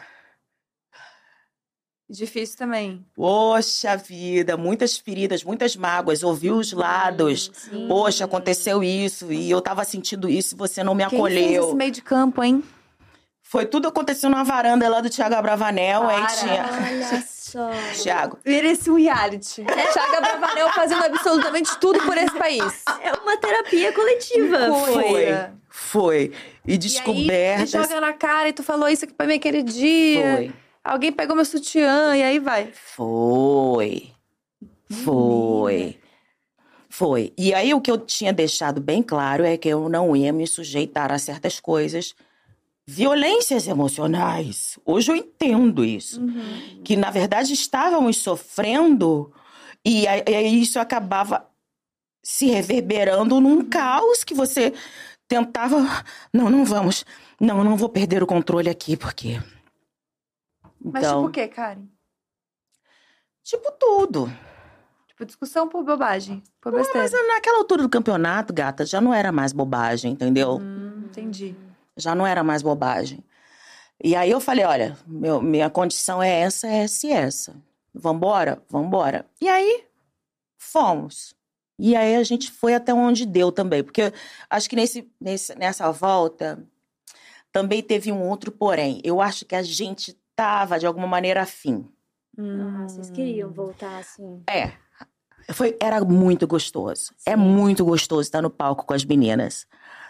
Difícil também. Poxa vida, muitas feridas, muitas mágoas. Ouvi os lados. Sim. Poxa, aconteceu isso. E eu tava sentindo isso e você não me Quem acolheu. Quem fez esse meio de campo, hein? Foi tudo acontecendo na varanda lá do Thiago Abravanel. Aí tinha... Olha só. Thiago. Merecia um reality. Thiago Abravanel fazendo absolutamente tudo por esse país. É uma terapia coletiva. Foi. Foi. E descobertas. E aí, joga na cara e tu falou isso aqui pra mim aquele dia. Foi. Alguém pegou meu sutiã e aí vai. Foi. Foi. Foi. E aí o que eu tinha deixado bem claro é que eu não ia me sujeitar a certas coisas. Violências emocionais. Hoje eu entendo isso. Uhum. Que, na verdade, estávamos sofrendo e aí isso acabava se reverberando num uhum. caos que você tentava... Não, não vamos. Não, não vou perder o controle aqui, porque... Mas então, tipo o quê, Karen? Tipo tudo. Tipo discussão por bobagem, por besteira. Não, mas naquela altura do campeonato, gata, já não era mais bobagem, entendeu? Hum, entendi. Já não era mais bobagem. E aí eu falei, olha, meu, minha condição é essa, essa e essa. Vambora? Vambora. E aí, fomos. E aí a gente foi até onde deu também. Porque acho que nesse, nesse, nessa volta também teve um outro porém. Eu acho que a gente tava, de alguma maneira, afim. Hum. Ah, vocês queriam voltar, assim. É. Foi, era muito gostoso. Sim. É muito gostoso estar no palco com as meninas.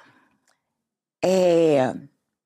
É...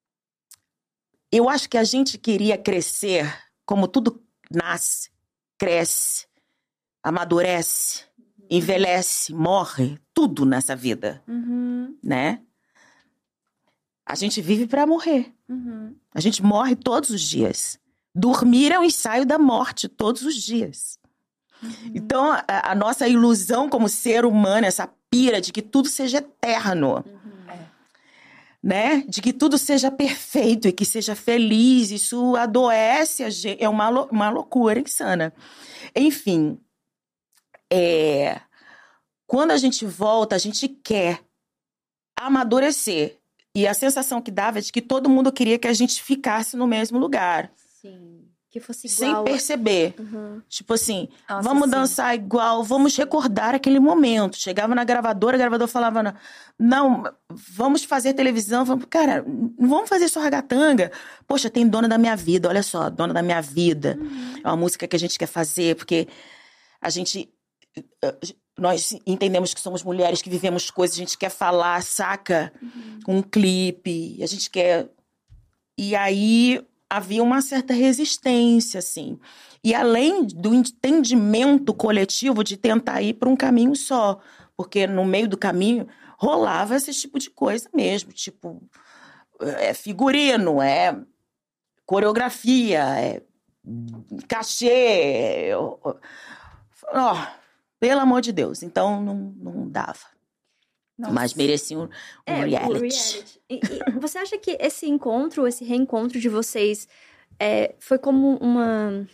Eu acho que a gente queria crescer, como tudo nasce, cresce, amadurece, uhum. envelhece, morre. Tudo nessa vida, uhum. né? A gente vive pra morrer. Uhum. A gente morre todos os dias. Dormir é um ensaio da morte todos os dias. Uhum. Então, a, a nossa ilusão como ser humano, essa pira de que tudo seja eterno, uhum. é. né? De que tudo seja perfeito e que seja feliz, isso adoece a gente. É uma, uma loucura insana. Enfim, é, quando a gente volta, a gente quer amadurecer. E a sensação que dava é de que todo mundo queria que a gente ficasse no mesmo lugar. Sim, que fosse igual. Sem perceber. Uhum. Tipo assim, Nossa, vamos sim. dançar igual, vamos recordar aquele momento. Chegava na gravadora, a gravadora falava, não, vamos fazer televisão. Vamos, cara, não vamos fazer só ragatanga. Poxa, tem Dona da Minha Vida, olha só, Dona da Minha Vida. Uhum. É uma música que a gente quer fazer, porque a gente... Nós entendemos que somos mulheres que vivemos coisas, a gente quer falar, saca? Uhum. Um clipe, a gente quer... E aí havia uma certa resistência, assim. E além do entendimento coletivo de tentar ir para um caminho só. Porque no meio do caminho rolava esse tipo de coisa mesmo. Tipo, é figurino, é coreografia, é cachê. É... Oh, pelo amor de Deus. Então, não, não dava. Nossa. Mas merecia um, um é, reality. O reality. E, e você acha que esse encontro, esse reencontro de vocês é, foi como uma,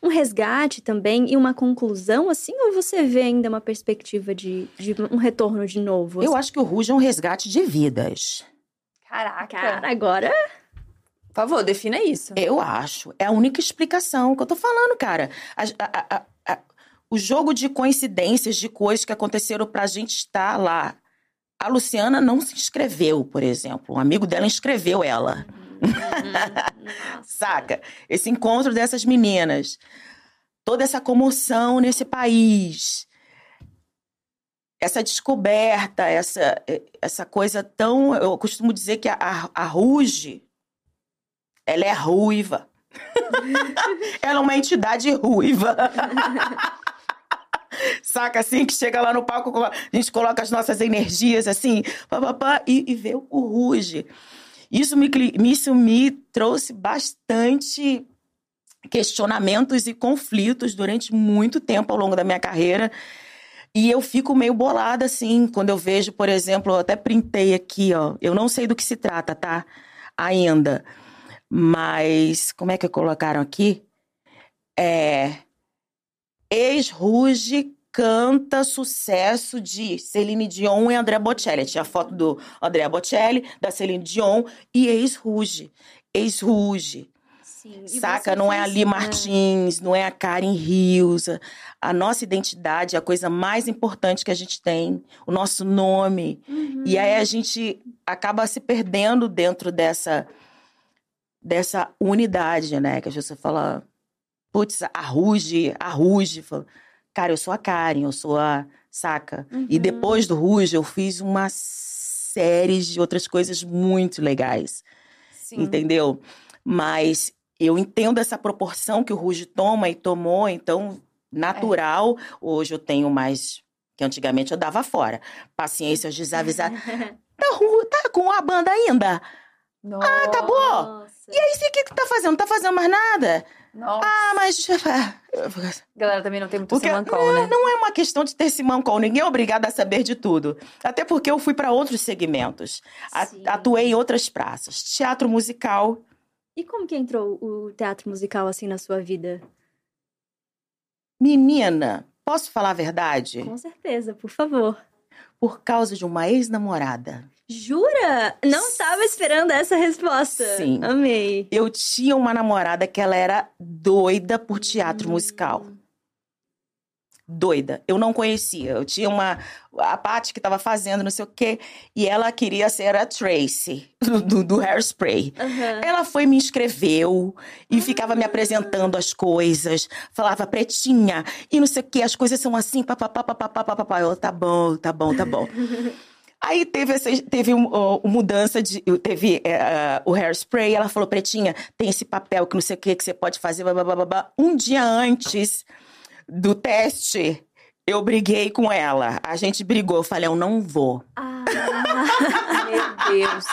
um resgate também e uma conclusão, assim? Ou você vê ainda uma perspectiva de, de um retorno de novo? Eu assim? acho que o Ruge é um resgate de vidas. Caraca. Cara, agora... Por favor, defina isso. Eu acho. É a única explicação que eu tô falando, cara. A, a, a, a, o jogo de coincidências, de coisas que aconteceram pra gente estar lá. A Luciana não se inscreveu, por exemplo. Um amigo dela inscreveu ela. Uhum. Saca? Esse encontro dessas meninas. Toda essa comoção nesse país. Essa descoberta, essa, essa coisa tão... Eu costumo dizer que a, a, a Ruge, ela é ruiva. Ela é uma entidade ruiva. Saca, assim, que chega lá no palco, a gente coloca as nossas energias, assim, pá, pá, pá, e, e vê o Ruge. Isso me, isso me trouxe bastante questionamentos e conflitos durante muito tempo ao longo da minha carreira. E eu fico meio bolada, assim, quando eu vejo, por exemplo, eu até printei aqui, ó. Eu não sei do que se trata, tá? Ainda. Mas, como é que colocaram aqui? É... Ex-Ruge canta sucesso de Celine Dion e Andrea Bocelli. Tinha a foto do Andrea Bocelli, da Celine Dion e ex-Ruge. Ex-Ruge. Sim. Saca? Não é a Lee Martins, não é a Karen Rios. A nossa identidade é a coisa mais importante que a gente tem. O nosso nome. Uhum. E aí a gente acaba se perdendo dentro dessa, dessa unidade, né? Que a pessoa fala, putz, a Ruge, a Ruge. Cara, eu sou a Karen, eu sou a... Saca? Uhum. E depois do Ruge, eu fiz uma série de outras coisas muito legais. Sim. Entendeu? Mas... Eu entendo essa proporção que o Ruge toma e tomou, então, natural. É. Hoje eu tenho mais... Que antigamente eu dava fora. Paciência, desavisar. Tá, tá com a banda ainda? Nossa. Ah, acabou? E aí, o que que tá fazendo? Não tá fazendo mais nada? Nossa. Ah, mas... Galera também não tem muito porque, simancol, não, né? Não é uma questão de ter simancol. Ninguém é obrigado a saber de tudo. Até porque eu fui para outros segmentos. A, atuei em outras praças. Teatro musical... E como que entrou o teatro musical, assim, na sua vida? Menina, posso falar a verdade? Com certeza, por favor. Por causa de uma ex-namorada. Jura? Não estava esperando essa resposta. Sim. Amei. Eu tinha uma namorada que ela era doida por teatro hum. musical. Doida. Eu não conhecia. Eu tinha uma... A Paty que estava fazendo não sei o quê. E ela queria ser a Tracy, do, do, do Hairspray. Uhum. Ela foi, me inscreveu. E uhum. ficava me apresentando as coisas. Falava, pretinha. E não sei o quê. As coisas são assim. Papapá, papapá, papapá. Eu, tá bom, tá bom, tá bom. Aí teve, essa, teve uma um, mudança de... Teve uh, o Hairspray. Ela falou, pretinha, tem esse papel que não sei o quê que você pode fazer. Blá, blá, blá, blá. Um dia antes... do teste, eu briguei com ela. A gente brigou. Eu falei, eu não vou. Ah, meu Deus.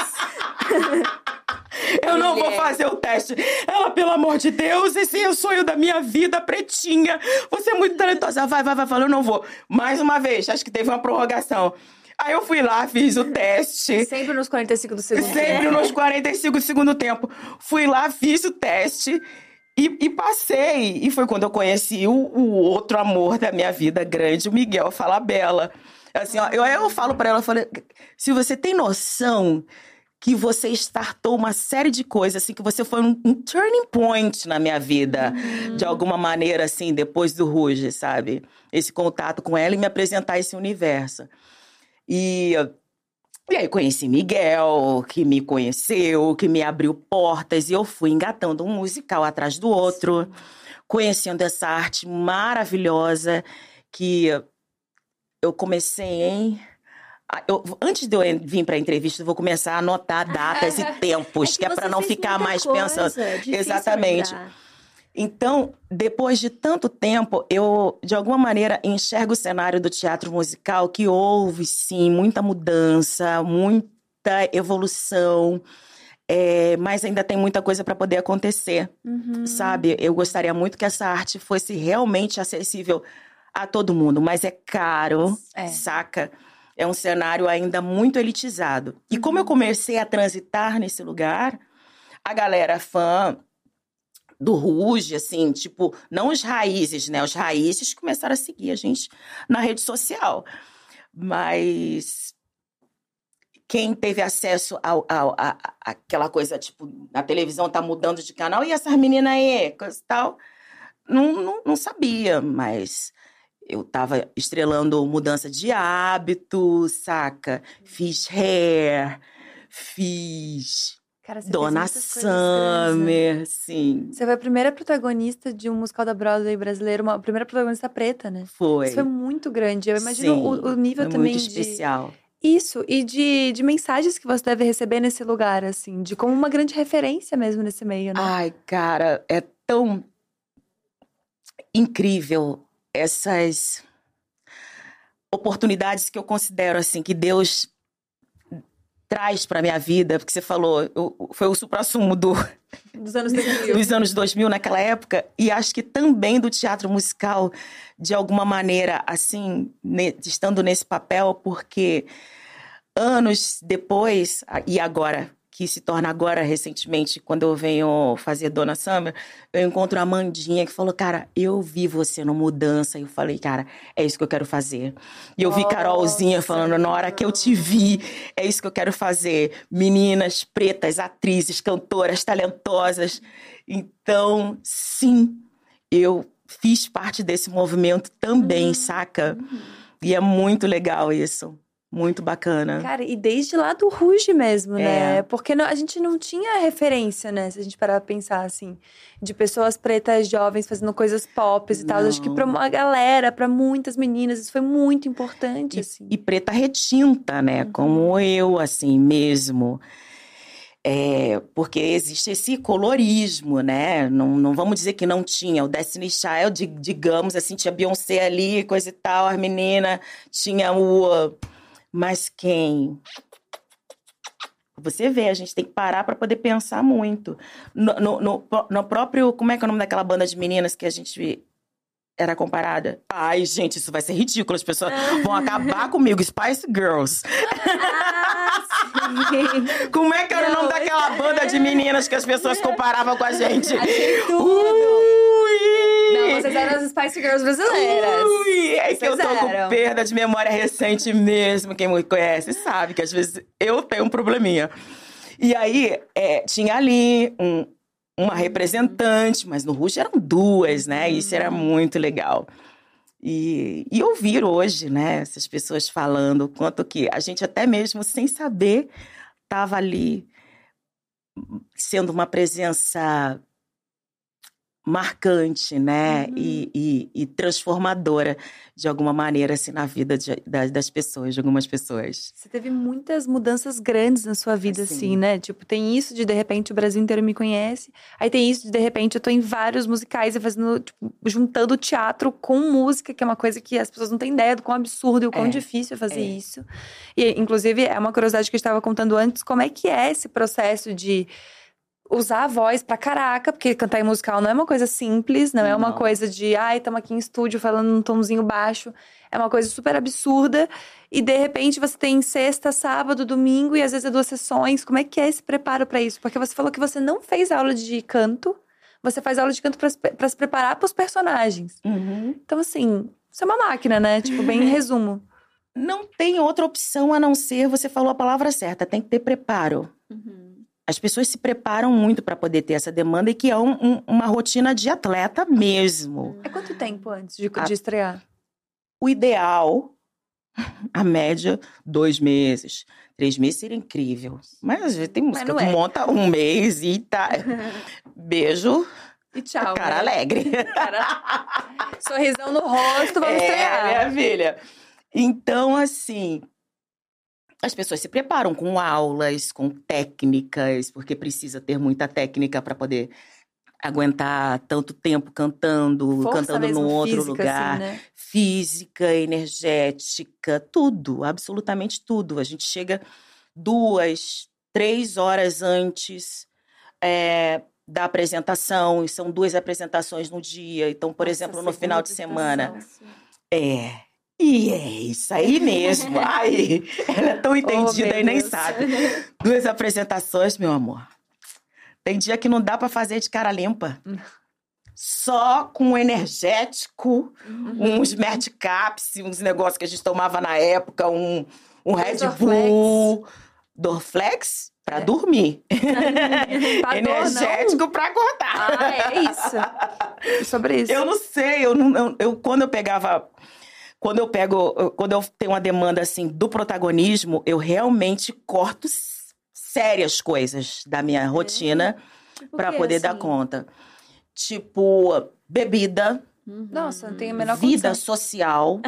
Eu não Mulher. vou fazer o teste. Ela, pelo amor de Deus, esse é o sonho da minha vida, pretinha. Você é muito talentosa. Vai, vai, vai. Falei, eu não vou. Mais uma vez, acho que teve uma prorrogação. Aí eu fui lá, fiz o teste. Sempre nos quarenta e cinco do segundo Sempre tempo. Sempre nos quarenta e cinco do segundo tempo. Fui lá, fiz o teste... E, e passei, e foi quando eu conheci o, o outro amor da minha vida grande, o Miguel Falabella. Assim, ó, eu, eu falo pra ela, eu falei, se você tem noção que você startou uma série de coisas, assim, que você foi um, um turning point na minha vida, uhum. de alguma maneira, assim, depois do Ruge, sabe? Esse contato com ela e me apresentar esse universo. E... E aí conheci Miguel, que me conheceu, que me abriu portas. E eu fui engatando um musical atrás do outro. Sim. Conhecendo essa arte maravilhosa que eu comecei em... Eu, antes de eu vir para a entrevista, eu vou começar a anotar datas e tempos, é que, que é para não ficar mais coisa, pensando... Exatamente. Lembrar. Então, depois de tanto tempo, eu, de alguma maneira, enxergo o cenário do teatro musical que houve, sim, muita mudança, muita evolução, é, mas ainda tem muita coisa para poder acontecer, uhum. sabe? Eu gostaria muito que essa arte fosse realmente acessível a todo mundo, mas é caro, é. saca? É um cenário ainda muito elitizado. E uhum. como eu comecei a transitar nesse lugar, a galera fã... do Ruge, assim, tipo, não os raízes, né? Os raízes começaram a seguir a gente na rede social. Mas quem teve acesso ao, ao, a, a, àquela coisa, tipo, na televisão tá mudando de canal, e essas meninas aí, coisa e tal, não, não, não sabia, mas eu tava estrelando mudança de hábito, saca? Fiz hair, fiz Cara, você Dona fez muitas coisas grandes, né? Summer, sim. Você foi a primeira protagonista de um musical da Broadway brasileiro, uma a primeira protagonista preta, né? Foi. Isso foi muito grande. Eu imagino Sim, o, o nível foi também muito de... especial. Isso, e de, de mensagens que você deve receber nesse lugar, assim, de como uma grande referência mesmo nesse meio, né? Ai, cara, é tão incrível essas oportunidades que eu considero, assim, que Deus traz pra minha vida, porque você falou, eu, foi o suprassumo do, Dos anos dois mil. dos anos dois mil naquela época, e acho que também do teatro musical, de alguma maneira, assim, ne, estando nesse papel, porque anos depois, e agora, que se torna agora, recentemente, quando eu venho fazer Dona Summer, eu encontro a Amandinha, que falou, cara, eu vi você no Mudança, e eu falei, cara, é isso que eu quero fazer. E eu vi Carolzinha Nossa, falando, na hora que eu te vi, é isso que eu quero fazer. Meninas pretas, atrizes, cantoras, talentosas. Então, sim, eu fiz parte desse movimento também, Uhum. saca? E é muito legal isso. Muito bacana. Cara, e desde lá do Ruge mesmo, né? É. Porque não- a gente não tinha referência, né? Se a gente parar pra pensar, assim, de pessoas pretas jovens fazendo coisas pop e tal. Acho que pra Não. uma galera, pra muitas meninas, isso foi muito importante, assim. E preta retinta, né? Uhum. Como eu, assim, mesmo. É, porque existe esse colorismo, né? Não, não vamos dizer que não tinha. O Destiny Child, di- digamos assim, tinha Beyoncé ali, coisa e tal, as meninas, tinha o... Mas quem? Você vê, a gente tem que parar para poder pensar muito. No, no, no, no próprio... Como é que é o nome daquela banda de meninas que a gente era comparada? Ai, gente, isso vai ser ridículo. As pessoas vão acabar comigo. Spice Girls. Ah, sim! Como é que era o nome Não, daquela banda de meninas que as pessoas comparavam com a gente? Achei tudo! Ui! Não, vocês eram as Spice Girls brasileiras. Ui! É que eu tô Vocês com eram. perda de memória recente mesmo. Quem me conhece sabe que às vezes eu tenho um probleminha. E aí, é, tinha ali um, uma representante, mas no Ruge eram duas, né? Isso era muito legal. E, e ouvir hoje, né, essas pessoas falando o quanto que a gente até mesmo sem saber estava ali sendo uma presença marcante, né, Uhum. e, e, e transformadora de alguma maneira assim na vida de, das, das pessoas, de algumas pessoas. Você teve muitas mudanças grandes na sua vida, Sim. assim, né? Tipo, tem isso de, de repente, o Brasil inteiro me conhece. Aí tem isso de, de repente, eu tô em vários musicais e fazendo, tipo, juntando teatro com música, que é uma coisa que as pessoas não têm ideia do quão absurdo e o quão É, difícil é fazer é. isso. E, inclusive, é uma curiosidade que eu estava contando antes, como é que é esse processo de usar a voz pra caraca, porque cantar em musical não é uma coisa simples, não é uma Não. coisa de, ai, estamos aqui em estúdio falando num tomzinho baixo. É uma coisa super absurda. E, de repente, você tem sexta, sábado, domingo e às vezes é duas sessões. Como é que é esse preparo pra isso? Porque você falou que você não fez aula de canto, você faz aula de canto pra, se- pra se preparar pros personagens. Uhum. Então, assim, isso é uma máquina, né? Tipo, bem em resumo. Não tem outra opção a não ser, você falou a palavra certa, tem que ter preparo. As pessoas se preparam muito para poder ter essa demanda e que é um- um- uma rotina de atleta mesmo. É quanto tempo antes de, Ah. de estrear? O ideal, a média, dois meses. Três meses seria incrível. Mas às vezes tem música não que é. monta um mês e tá. Beijo, E tchau. cara né? alegre. Cara, sorrisão no rosto, vamos é, estrear. minha filha. Então, assim, as pessoas se preparam com aulas, com técnicas, porque precisa ter muita técnica para poder aguentar tanto tempo cantando, Força cantando mesmo, num outro física, lugar. assim, né? Física, energética, tudo, absolutamente tudo. A gente chega duas, três horas antes é, da apresentação, e são duas apresentações no dia. Então, por Nossa, exemplo, no segunda final de apresentação, semana. sim. É. E é isso aí mesmo. Ai, ela é tão entendida Oh, meu e nem Deus. sabe. Duas apresentações, meu amor. Tem dia que não dá pra fazer de cara limpa. Só com energético, Uhum. uns Medcaps, uns negócios que a gente tomava na época, um, um Red Dorflex. Bull. Dorflex pra É. dormir. Pra dor, Energético não? pra acordar. Ah, é isso. Sobre isso. Eu não sei, eu, não, eu, eu quando eu pegava... Quando eu pego, eu- quando eu tenho uma demanda, assim, do protagonismo, eu realmente corto s- sérias coisas da minha rotina Tipo pra o quê, poder dar assim? conta. Tipo, bebida, Nossa, não tem a menor vida condição. social,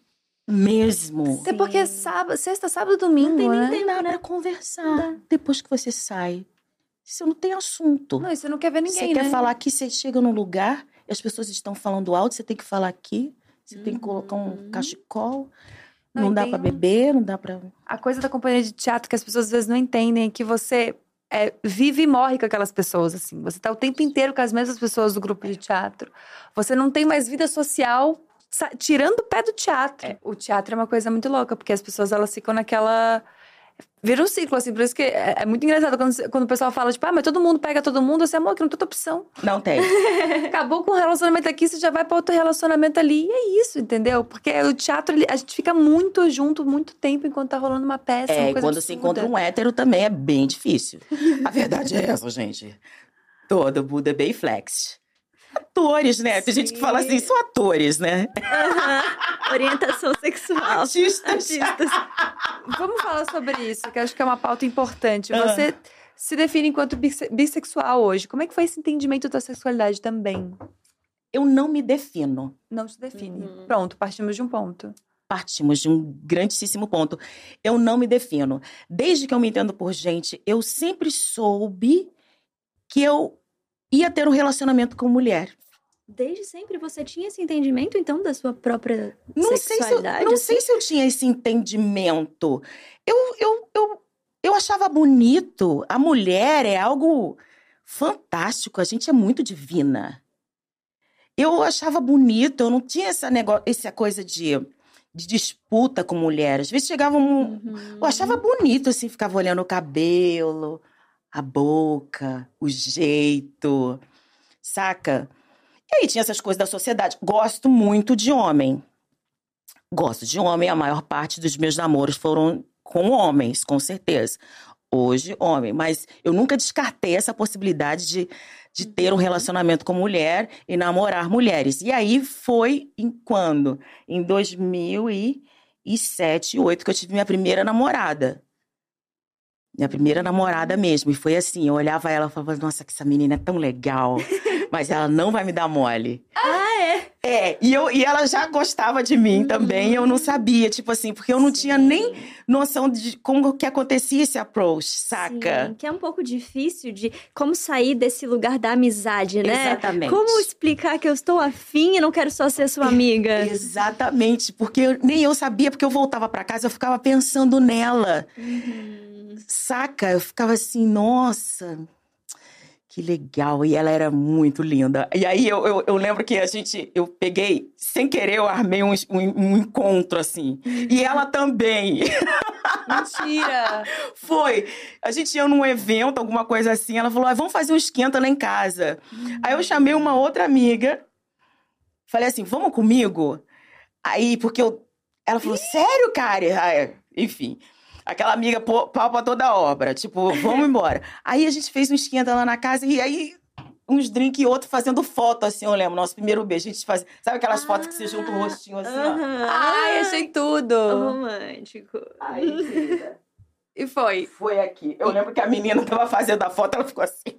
mesmo. Até porque é sábado, sexta, sábado e domingo, Não tem nem né? Não tempo, dá né? pra conversar depois que você sai. Você não tem assunto. Não, e você não quer ver ninguém, Você quer né? falar aqui, você chega num lugar e as pessoas estão falando alto, você tem que falar aqui, você tem que colocar um Uhum. cachecol. Não, Não, e dá tem pra um- beber, não dá pra... A coisa da companhia de teatro que as pessoas às vezes não entendem é que você é, vive e morre com aquelas pessoas, assim. Você tá o tempo inteiro com as mesmas pessoas do grupo de teatro. Você não tem mais vida social, sa- tirando o pé do teatro. O teatro é uma coisa muito louca, porque as pessoas, elas ficam naquela... Vira um ciclo, assim. Por isso que é, é muito engraçado quando, quando o pessoal fala, tipo, ah, mas todo mundo pega todo mundo. Assim, amor, que não tem outra opção. Não tem. Acabou com o relacionamento aqui, você já vai pra outro relacionamento ali. E é isso, entendeu? Porque o teatro, ele- a gente fica muito junto, muito tempo, enquanto tá rolando uma peça, É, uma e coisa quando se absurda. encontra um hétero também é bem difícil. A verdade é essa, gente. Todo Buda é bem flex. Atores, né? Tem gente que fala assim, são atores, né? Aham. Orientação sexual. Artistas. Artistas. Vamos falar sobre isso, que eu acho que é uma pauta importante. Ah. Você se define enquanto bisse- bissexual hoje. Como é que foi esse entendimento da sexualidade também? Eu não me defino. Não se define. Uhum. Pronto, partimos de um ponto. Partimos de um grandíssimo ponto. Eu não me defino. Desde que eu me entendo por gente, eu sempre soube que eu ia ter um relacionamento com mulher. Desde sempre você tinha esse entendimento, então, da sua própria Não, sei se, eu, sexualidade? não assim? sei se eu tinha esse entendimento. Eu, eu, eu, eu achava bonito. A mulher é algo fantástico. A gente é muito divina. Eu achava bonito. Eu não tinha essa, negócio, essa coisa de, de disputa com mulher. Às vezes chegava um... Uhum. Eu achava bonito, assim, ficava olhando o cabelo, a boca, o jeito, saca? E aí tinha essas coisas da sociedade. Gosto muito de homem. Gosto de homem, a maior parte dos meus namoros foram com homens, com certeza. Hoje, homem. Mas eu nunca descartei essa possibilidade de, de ter um relacionamento com mulher e namorar mulheres. E aí foi em quando? Em dois mil e sete, dois mil e oito, que eu tive minha primeira namorada. Minha primeira namorada mesmo. E foi assim, eu olhava ela e falava, nossa, que essa menina é tão legal. Mas ela não vai me dar mole. Ah, é? É, e, eu, e ela já gostava de mim também, eu não sabia, tipo assim, porque eu não tinha nem noção de como que acontecia esse approach, saca? Sim, que é um pouco difícil de como sair desse lugar da amizade, né? Exatamente. Como explicar que eu estou afim e não quero só ser sua amiga? Exatamente, porque eu- nem eu sabia, porque eu voltava pra casa, eu ficava pensando nela, Uhum. saca? Eu ficava assim, nossa, que legal, e ela era muito linda. E aí eu, eu, eu lembro que a gente, eu peguei, sem querer, eu armei um, um, um encontro assim, e ela também. Mentira! Foi. A gente ia num evento, alguma coisa assim. Ela falou, ah, vamos fazer um esquenta lá em casa. Aí eu chamei uma outra amiga. Falei assim, vamos comigo? Aí, porque eu... Ela falou, sério, cara? Aí, enfim, aquela amiga pô- pau pra toda a obra. Tipo, vamos embora. Aí a gente fez um esquenta lá na casa. E aí, uns drinks e outro fazendo foto, assim, eu lembro. Nosso primeiro beijo, a gente faz... Sabe aquelas fotos que você junta o rostinho assim, ó? Aham. Ai, achei tudo! Romântico. Ai, querida. E foi. Foi aqui. Eu lembro que a menina tava fazendo a foto, ela ficou assim...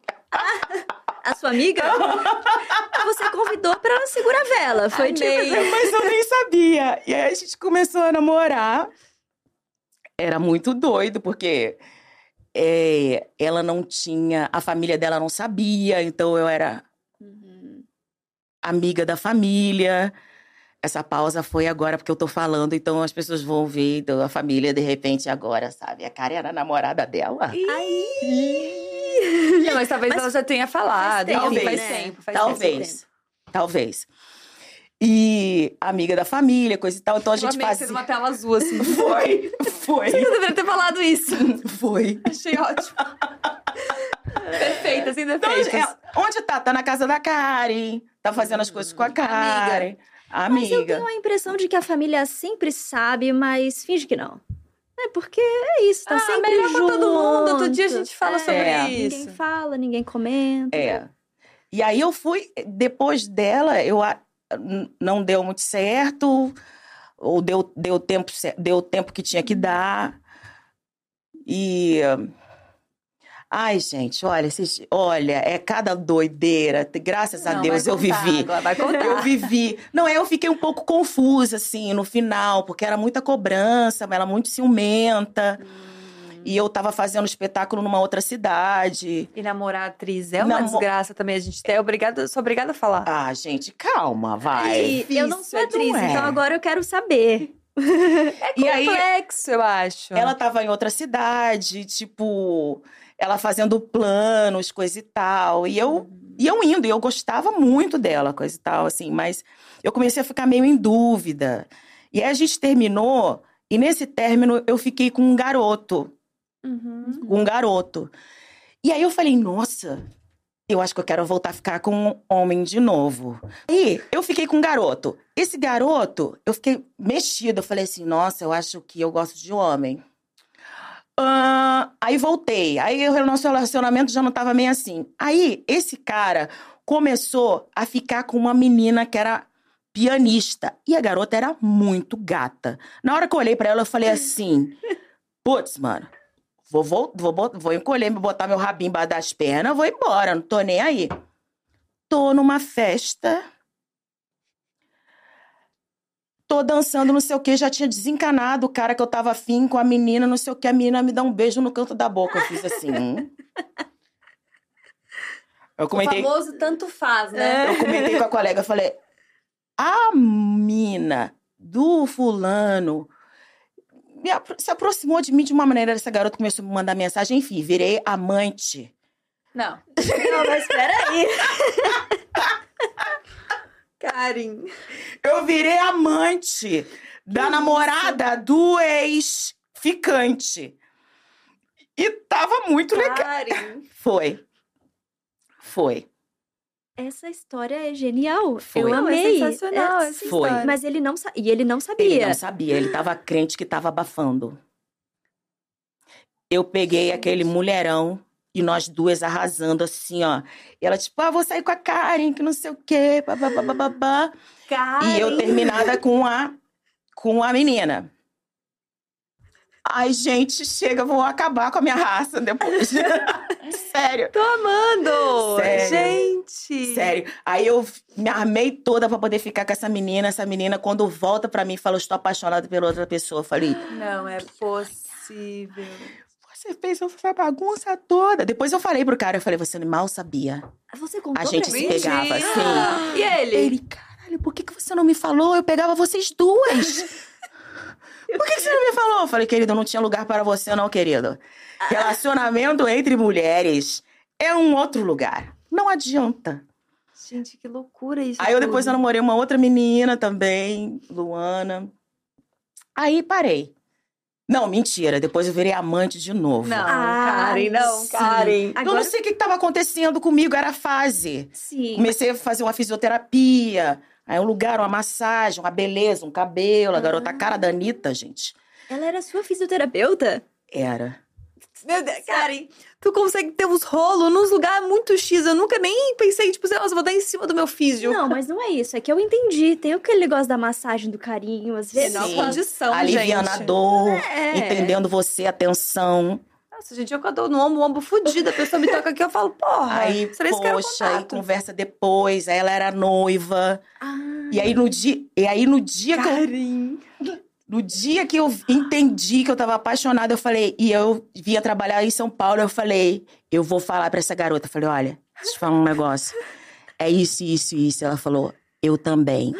A sua amiga? Você convidou pra ela segurar a vela. Foi Amei. tipo... Mas eu nem sabia. E aí a gente começou a namorar. Era muito doido, porque é, ela não tinha... A família dela não sabia, então eu era Uhum. amiga da família. Essa pausa foi agora porque eu tô falando, então as pessoas vão ver então, a família, de repente, agora, sabe? A cara era a namorada dela. Não, mas talvez Mas ela já tenha falado. faz tempo, Enfim, faz né? tempo, faz Talvez. tempo. Talvez. E amiga da família, coisa e tal. Então a gente fazia... uma tela azul, assim. Foi, foi. Você deveria ter falado isso. Foi. Achei ótimo. Perfeita, sem defeitos. Então, é, onde tá? Tá na casa da Karen. Tá fazendo as coisas com a Karen. Amiga. Mas eu tenho a impressão de que a família sempre sabe, mas finge que não. É porque é isso, tá ah, sempre melhor junto. pra todo mundo. Outro dia a gente fala é, sobre isso. Ninguém fala, ninguém comenta. É. E aí eu fui... Depois dela, eu... não deu muito certo, ou deu, deu, tempo, deu o tempo que tinha que dar. E... Ai, gente, olha, esses, olha, é cada doideira. Graças a Não, Deus vai eu contar, vivi. agora vai contar. Eu vivi. Não, eu fiquei um pouco confusa, assim, no final, porque era muita cobrança, ela muito ciumenta. Hum. E eu tava fazendo espetáculo numa outra cidade. E namorar atriz é uma Namo... desgraça também. A gente é obrigada, sou obrigada a falar. Ah, gente, calma, vai. E difícil, eu não sou atriz, não é. então agora eu quero saber. É E aí, complexo, eu acho. ela tava em outra cidade, tipo, ela fazendo planos, coisa e tal. E eu, e eu indo, e eu gostava muito dela, coisa e tal, assim. Mas eu comecei a ficar meio em dúvida. E aí a gente terminou, e nesse término eu fiquei com um garoto. Uhum. Um garoto. E aí eu falei, nossa, eu acho que eu quero voltar a ficar com um homem de novo. Aí eu fiquei com um garoto. Esse garoto, eu fiquei mexida. Eu falei assim, nossa, eu acho que eu gosto de homem. Uh, aí voltei. Aí o nosso relacionamento já não tava meio assim. Aí esse cara começou a ficar com uma menina que era pianista. E a garota era muito gata. Na hora que eu olhei pra ela, eu falei assim, putz, mano. Vou, vou, vou, vou encolher, botar meu rabinho embaixo das pernas, vou embora, não tô nem aí. Tô numa festa, tô dançando, não sei o quê, já tinha desencanado o cara que eu tava afim com a menina, não sei o quê, a menina me dá um beijo no canto da boca. Eu fiz assim. Hum. Eu comentei, o famoso tanto faz, né? eu comentei com a colega, falei, a mina do fulano se aproximou de mim de uma maneira, essa garota começou a me mandar mensagem, enfim, virei amante. Não. Não, mas peraí. Karen. Eu virei amante da namorada do ex-ficante. E tava muito legal. Karen. Foi. Foi. Essa história é genial. Foi. Eu Não, amei. é sensacional É, essa Foi. história. Mas ele não sa... E ele não sabia. Ele não sabia, ele tava crente que tava abafando. Eu peguei aquele mulherão e nós duas arrasando assim, ó. E ela tipo, ah, vou sair com a Karen, que não sei o quê, babá. E eu terminada com a, com a menina. Ai, gente, chega, vou acabar com a minha raça depois. Sério. Tô amando! Sério. Gente! Sério. Aí eu me armei toda pra poder ficar com essa menina. Essa menina, quando volta pra mim, fala, estou apaixonada pela outra pessoa. Eu falei... Não é possível. Você fez essa bagunça toda. Depois eu falei pro cara, eu falei, você mal sabia. Você contou A gente pra se mim? pegava assim. E ele? Ele, caralho, por que, que você não me falou? Eu pegava vocês duas. Por que, que você não me falou? Eu falei, querido, não tinha lugar para você não, querido. Relacionamento entre mulheres é um outro lugar. Não adianta. Gente, que loucura isso. Aí eu depois eu tudo. namorei uma outra menina também, Luana. Aí parei. Não, mentira. Depois eu virei amante de novo. Não, Ah, Karen, não, sim. Karen. Eu Agora- não sei o que estava acontecendo comigo, era a fase. Sim. Comecei a fazer uma fisioterapia, aí um lugar, uma massagem, uma beleza, um cabelo. A garota, a cara da Anitta, gente. Ela era sua fisioterapeuta? Era. Meu Deus, Karen, tu consegue ter uns rolos nos lugares muito X. Eu nunca nem pensei, tipo, nossa, vou dar em cima do meu físio. Não, mas não é isso. É que eu entendi. Tem aquele negócio da massagem, do carinho, às vezes. Menor Sim. condição, Aliviando a gente. dor, É. entendendo você, a tensão. Nossa, gente, eu quando eu tô no ombro, o ombro fudido, a pessoa me toca aqui, eu falo, porra, Aí, será que quero poxa, aí contato? conversa depois, aí ela era noiva. Ah, E aí no dia, e aí no dia que eu, Karen. no dia que eu entendi que eu tava apaixonada, eu falei, e eu vinha trabalhar em São Paulo, eu falei, eu vou falar pra essa garota. Eu falei, olha, deixa eu te falar um negócio. É isso, isso, isso. Ela falou, eu também.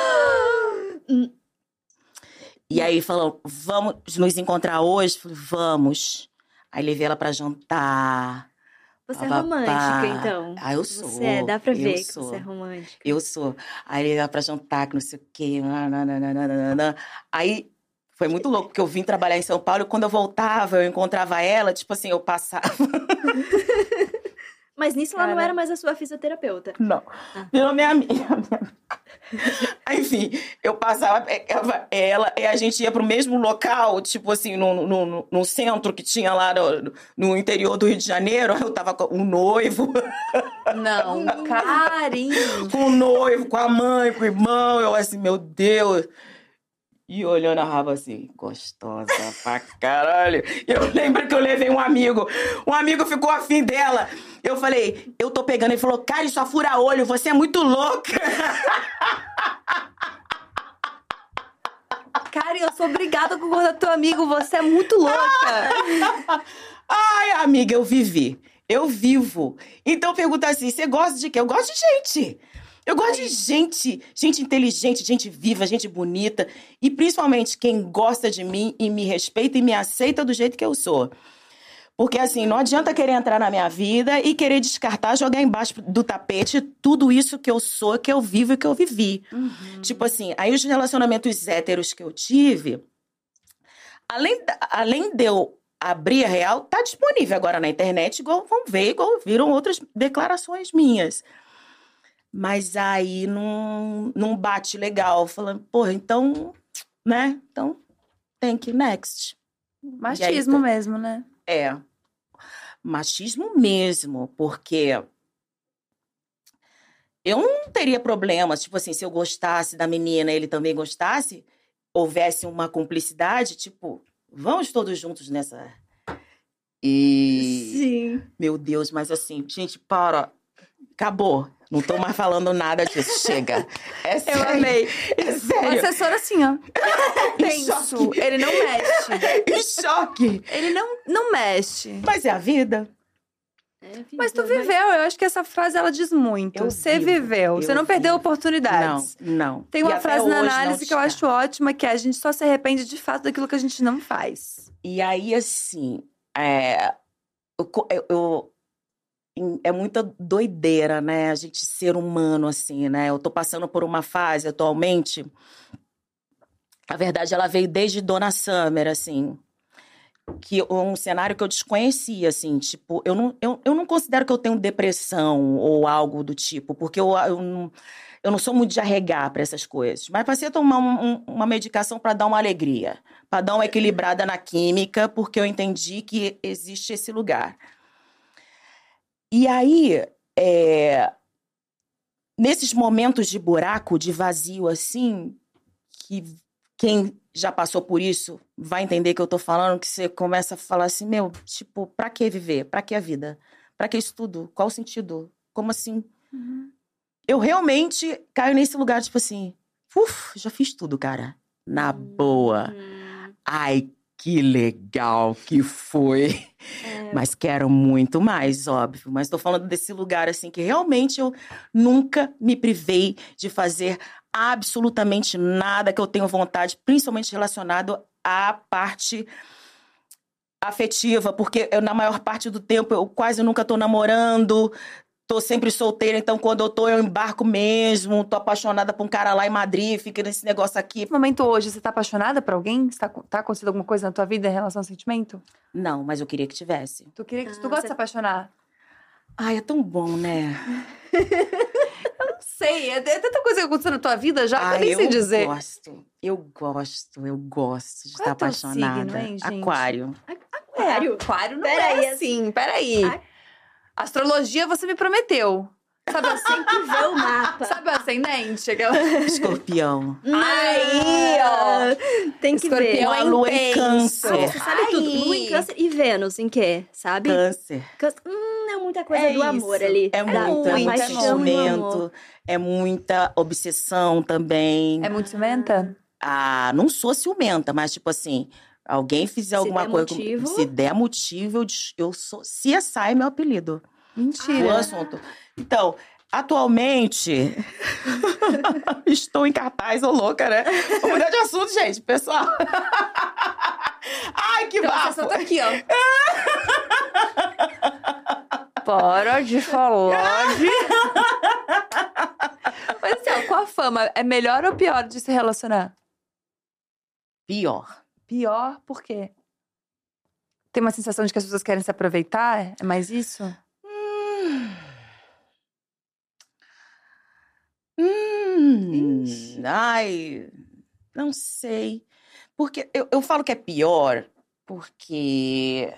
E aí falou, vamos nos encontrar hoje? Eu falei, vamos. Aí levei ela pra jantar, Você é Bababá. romântica, então. Ah, eu sou. Você é, dá pra ver eu que sou. você é romântica. Eu sou. Aí ele ia pra jantar, que não sei o quê. Nananana. Aí foi muito louco, porque eu vim trabalhar em São Paulo e quando eu voltava, eu encontrava ela, tipo assim, eu passava. Mas nisso ela não Cara. era mais a sua fisioterapeuta. Não. Ah. Virou minha amiga. Aí, enfim, eu passava, pegava ela e a gente ia pro mesmo local, tipo assim, no, no, no, no centro que tinha lá no, no interior do Rio de Janeiro. Eu tava com o noivo, Não, carinho. com o noivo, com a mãe, com o irmão. Eu assim, meu Deus. E olhando a Rafa assim, gostosa pra caralho. Eu lembro que eu levei um amigo. Um amigo ficou afim dela. Eu falei, eu tô pegando. Ele falou, cara, isso é fura-olho, você é muito louca. Cara, eu sou obrigada a concordar com teu amigo. Você é muito louca. Ai, amiga, eu vivi. Eu vivo. Então pergunta assim, você gosta de quê? Eu gosto de gente. Eu gosto de gente, gente inteligente, gente viva, gente bonita. E principalmente quem gosta de mim e me respeita e me aceita do jeito que eu sou. Porque assim, não adianta querer entrar na minha vida e querer descartar, jogar embaixo do tapete tudo isso que eu sou, que eu vivo e que eu vivi. Uhum. Tipo assim, aí os relacionamentos héteros que eu tive, além, além de eu abrir a real, tá disponível agora na internet, igual vão ver, igual viram outras declarações minhas. Mas aí não, não bate legal, falando, porra, então, né? Então, tem que next. Machismo aí, mesmo, né? É, machismo mesmo, porque eu não teria problema, tipo assim, se eu gostasse da menina e ele também gostasse, houvesse uma cumplicidade, tipo, vamos todos juntos nessa... E... Sim. Meu Deus, mas assim, gente, para, acabou. Não tô mais falando nada disso, chega. É sério. Eu amei. É O sério. assessor assim, ó. Em Tenso. choque. Ele não mexe. Em choque. Ele não, não mexe. Mas é a vida. É vida, Mas tu viveu, eu acho que essa frase ela diz muito. Eu Você vivo, viveu, você eu não perdeu vivo. oportunidades. Não, não. Tem E uma até frase na hoje não análise que eu acho descarto. ótima, que é a gente só se arrepende de fato daquilo que a gente não faz. E aí, assim, é, eu, co- eu- eu- em- é muita doideira, né? A gente ser humano, assim, né? Eu tô passando por uma fase atualmente. A verdade, ela veio desde Dona Summer, assim. Que um cenário que eu desconhecia, assim, tipo, eu não, eu, eu não considero que eu tenho depressão ou algo do tipo, porque eu, eu, não, eu não sou muito de arregar para essas coisas. Mas passei a tomar um- um- uma medicação para dar uma alegria, para dar uma equilibrada na química, porque eu entendi que existe esse lugar. E aí, é, nesses momentos de buraco, de vazio, assim, que quem já passou por isso vai entender que eu tô falando, que você começa a falar assim, meu, tipo, pra que viver? Pra que a vida? Pra que isso tudo? Qual o sentido? Como assim? Uhum. Eu realmente caio nesse lugar, tipo assim, uf, já fiz tudo, cara. Na boa. Hum, Ai, que legal que foi. é, Mas quero muito mais, óbvio. Mas tô falando desse lugar, assim, que realmente eu nunca me privei de fazer absolutamente nada que eu tenho vontade, principalmente relacionado à parte afetiva, porque eu, na maior parte do tempo, eu quase nunca tô namorando, tô sempre solteira, então quando eu tô, eu embarco mesmo, tô apaixonada por um cara lá em Madrid, fica nesse negócio aqui. Nesse momento hoje, você tá apaixonada por alguém? Você tá, tá acontecendo alguma coisa na tua vida em relação ao sentimento? Não, mas eu queria que tivesse. Tu, queria, que- Ah, tu gosta você- de se apaixonar? Ai, é tão bom, né? Não sei, é, é tanta coisa que aconteceu na tua vida já que eu Ai, nem sei eu dizer. gosto, eu gosto, eu gosto de Qual é estar teu signo, apaixonada. hein, gente? Aquário. Aquário. É, aquário não Peraí, é assim, peraí. A- Astrologia você me prometeu. Sabe assim? Tem que ver o mapa. Sabe o ascendente? Aquela... Escorpião. Aí, ó. Tem que ver. Escorpião a é lua em intenso. câncer. Você sabe tudo. Lua em câncer e Vênus em quê? Sabe? Câncer. Câncer. Hum, é muita coisa É do amor isso. ali. É Da- muito, da é muito paixão no amor. sentimento, é muita obsessão também. É muito ciumenta? Ah, não sou ciumenta, mas tipo assim, alguém fizer Se alguma der coisa... com- motivo. Se der motivo, eu, des- eu sou... C S I é meu apelido. O Mentira. assunto. Então, atualmente, estou em cartaz, ô louca, né? Vou mudar de assunto, gente, pessoal. Ai, que Então, bafo. você só tá aqui, ó. Para de falar de... Mas assim, ó, com a fama, é melhor ou pior de se relacionar? Pior. Pior por quê? Tem uma sensação de que as pessoas querem se aproveitar? É mais isso? Hum. Hum. Ai, não sei. Porque eu, eu falo que é pior porque...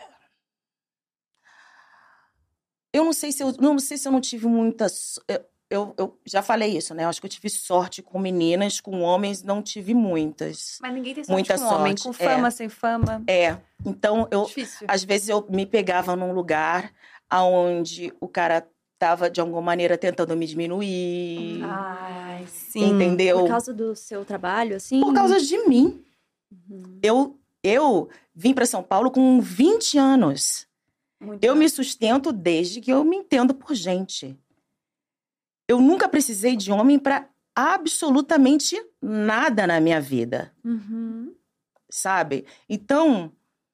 Eu não sei se eu não, sei se eu não tive muitas... Eu, eu, eu já falei isso, né? Eu acho que eu tive sorte com meninas, com homens não tive muitas. Mas ninguém tem sorte Muita com homem, sorte, com fama, é. sem fama. É, então eu... Difícil. Às vezes eu me pegava num lugar onde o cara tava, de alguma maneira, tentando me diminuir. Ai, sim. Entendeu? Por causa do seu trabalho, assim? Por causa de mim. Uhum. Eu, eu vim para São Paulo com vinte anos. Muito Eu bom. me sustento desde que eu me entendo por gente. Eu nunca precisei de homem para absolutamente nada na minha vida, Uhum. sabe? Então,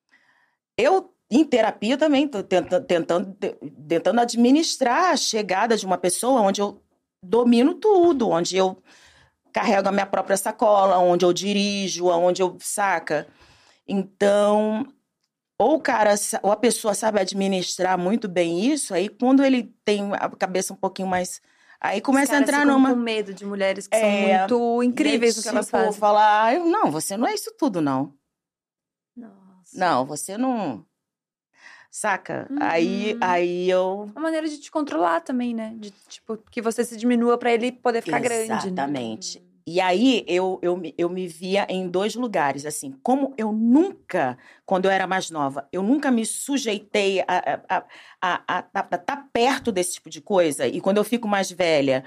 eu, em terapia também, tô tentando, tentando, tentando administrar a chegada de uma pessoa onde eu domino tudo, onde eu carrego a minha própria sacola, onde eu dirijo, onde eu... Saca? Então... Ou o cara, ou a pessoa sabe administrar muito bem isso, aí quando ele tem a cabeça um pouquinho mais... Aí começa a entrar numa... com medo de mulheres que É, são muito incríveis no que tipo, elas fazem. falar, ah, eu- não, você não é isso tudo, não. Nossa. Não, você não... Saca? Uhum. Aí, aí eu... Uma maneira de te controlar também, né? De, tipo, que você se diminua pra ele poder ficar grande, né? Exatamente. E aí, eu, eu, me- eu me via em dois lugares, assim. Como eu nunca, quando eu era mais nova, eu nunca me sujeitei a a, a, a, a, a tá perto desse tipo de coisa. E quando eu fico mais velha,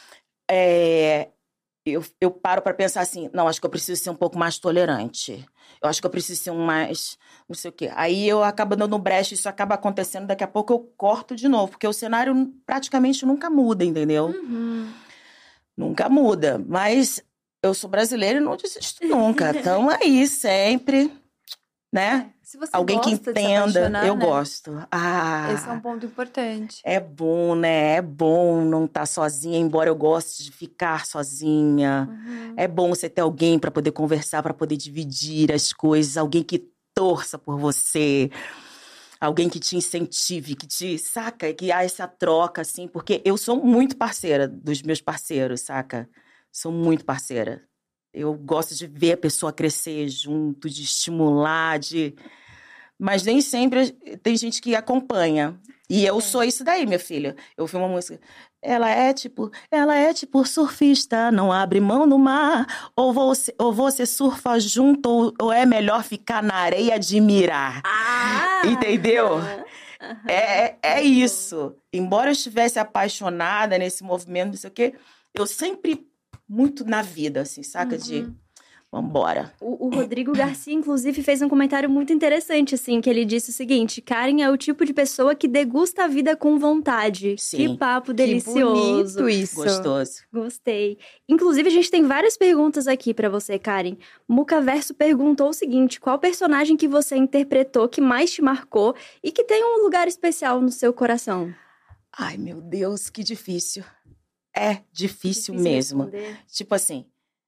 é, eu, eu paro para pensar assim, não, acho que eu preciso ser um pouco mais tolerante. Eu acho que eu preciso ser um mais... não sei o quê. Aí eu acabo dando brecha, isso acaba acontecendo, daqui a pouco eu corto de novo. Porque o cenário praticamente nunca muda, entendeu? Uhum. Nunca muda, mas eu sou brasileira e não desisto nunca. Tamo aí sempre, né? Se você Alguém que gosta de se entenda, apaixonar, eu né? gosto. Ah, Esse é um ponto importante. é bom, né? É bom não estar sozinha, embora eu goste de ficar sozinha. Uhum. É bom você ter alguém para poder conversar, para poder dividir as coisas, alguém que torça por você. Alguém que te incentive, que te, saca? Que há essa troca, assim. Porque eu sou muito parceira dos meus parceiros, saca? Sou muito parceira. Eu gosto de ver a pessoa crescer junto, de estimular, de... Mas nem sempre tem gente que acompanha. E eu É. sou isso daí, minha filha. Eu ouvi uma música... Ela é tipo... Ela é tipo surfista, não abre mão no mar. Ou você, ou você surfa junto, ou, ou é melhor ficar na areia e admirar. Ah! Entendeu? Aham. É, é, é Muito bom. isso. Embora eu estivesse apaixonada nesse movimento, não sei o quê, eu sempre muito na vida, assim, saca? De vambora. O, o Rodrigo Garcia, inclusive, fez um comentário muito interessante, assim, que ele disse o seguinte: Karen é o tipo de pessoa que degusta a vida com vontade. Sim. Que papo Que delicioso. bonito isso. Gostoso. Gostei. Inclusive, a gente tem várias perguntas aqui pra você, Karen. Mucaverso perguntou o seguinte: qual personagem que você interpretou que mais te marcou e que tem um lugar especial no seu coração? Ai, meu Deus, que difícil. É difícil, Difícil mesmo. responder. Tipo assim,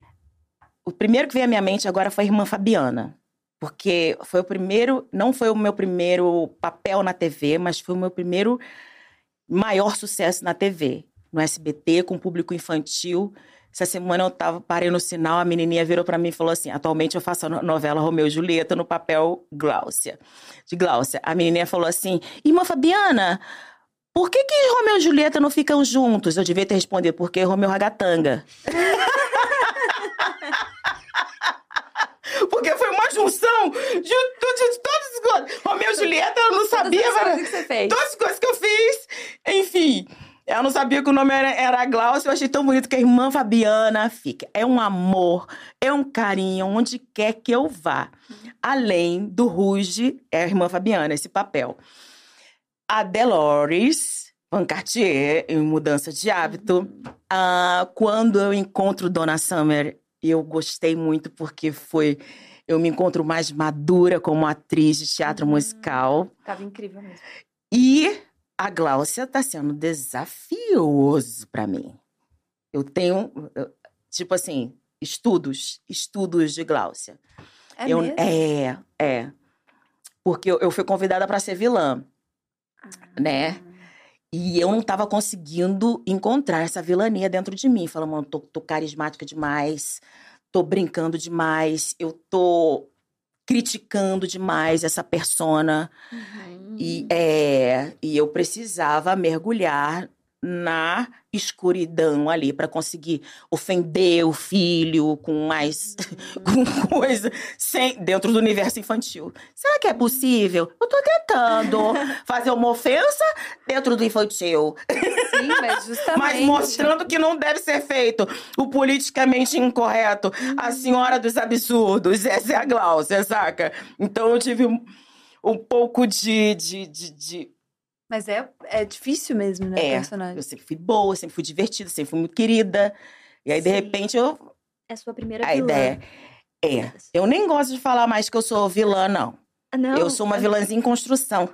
o primeiro que veio à minha mente agora foi a Irmã Fabiana. Porque foi o primeiro, não foi o meu primeiro papel na T V, mas foi o meu primeiro maior sucesso na T V. No S B T, com público infantil. Essa semana eu tava, parei no sinal, a menininha virou pra mim e falou assim, atualmente eu faço a no- novela Romeu e Julieta no papel Gláucia, de Gláucia. A menininha falou assim, Irmã Fabiana, por que que Romeu e Julieta não ficam juntos? Eu devia ter respondido, porque Romeu Ragatanga. Porque foi uma junção de, de, de todos os coisas. Romeu e Julieta, eu não sabia. Todas as mas- coisas que você fez. Todas as coisas que eu fiz. Enfim, eu não sabia que o nome era, era Gláucia. Eu achei tão bonito que a Irmã Fabiana fica. É um amor, é um carinho, onde quer que eu vá. Além do Ruge, é a Irmã Fabiana, esse papel. A Delores Van Cartier, em Mudança de Hábito. Ah, quando eu encontro Donna Summer, eu gostei muito porque foi... Eu me encontro mais madura como atriz de teatro musical. Tava incrível mesmo. E a Gláucia tá sendo desafioso pra mim. Eu tenho, tipo assim, estudos, estudos de Gláucia. É eu, mesmo? É, é. Porque eu, eu fui convidada pra ser vilã, Ah. né? E eu não tava conseguindo encontrar essa vilania dentro de mim. Falando, mano, tô, tô carismática demais, tô brincando demais, eu tô criticando demais essa persona. Uhum. E, é, e eu precisava mergulhar na escuridão ali para conseguir ofender o filho com mais com coisa sem, dentro do universo infantil. Será que é possível? Eu tô tentando fazer uma ofensa dentro do infantil. Sim, mas justamente. Mas mostrando que não deve ser feito. O politicamente incorreto. A senhora dos absurdos. Essa é a Gláucia, saca? Então eu tive um, um pouco de... de, de, de... Mas é, é difícil mesmo, né, É, personagem? eu sempre fui boa, sempre fui divertida, sempre fui muito querida. E aí, de Sim. repente, eu... É a sua primeira A vilã. ideia é... Eu nem gosto de falar mais que eu sou vilã, não. Ah, não? Eu sou uma vilãzinha em construção.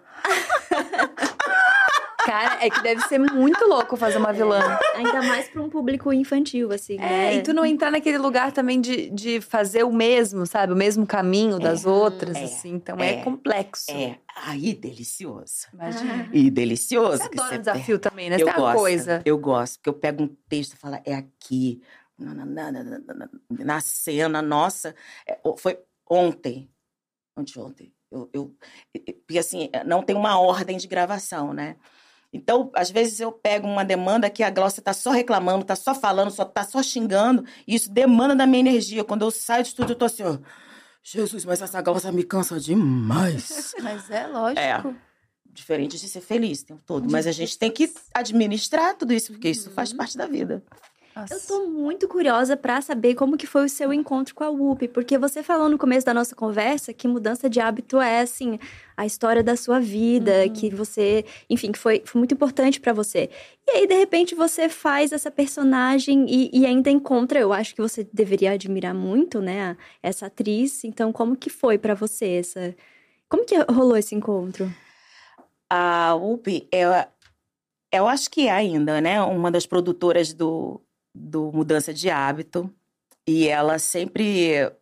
Cara, é que deve ser muito louco fazer uma vilã. Ainda mais pra um público infantil, assim, É, né? e tu não entrar naquele lugar também de, de fazer o mesmo, sabe? O mesmo caminho das outras, é, assim. Então é, é, complexo. É, aí delicioso. Imagina. E delicioso. Você que adora você um desafio também, né? Eu Você tem uma gosto, coisa. eu gosto. Porque eu pego um texto e falo, é aqui. nananana, Na cena, nossa. é, Foi ontem. Anteontem. Eu, eu, porque assim, não tem uma ordem de gravação, né? Então, às vezes eu pego uma demanda que a Gláucia tá só reclamando, tá só falando, só, tá só xingando. E isso demanda da minha energia. Quando eu saio do estúdio, eu tô assim, ó... Jesus, mas essa Gláucia me cansa demais. Mas é lógico. É. Diferente de ser feliz o tempo todo. Mas a gente tem que administrar tudo isso, porque isso faz parte da vida. Nossa. Eu tô muito curiosa pra saber como que foi o seu encontro com a Whoopi, porque você falou no começo da nossa conversa que mudança de hábito é, assim, a história da sua vida, Uhum. que você, enfim, que foi, foi muito importante pra você. E aí, de repente, você faz essa personagem e, e ainda encontra, eu acho que você deveria admirar muito, né, essa atriz. Então, como que foi pra você essa... Como que rolou esse encontro? A Whoopi, eu, eu acho que é ainda, né, uma das produtoras do... do Mudança de Hábito, e ela sempre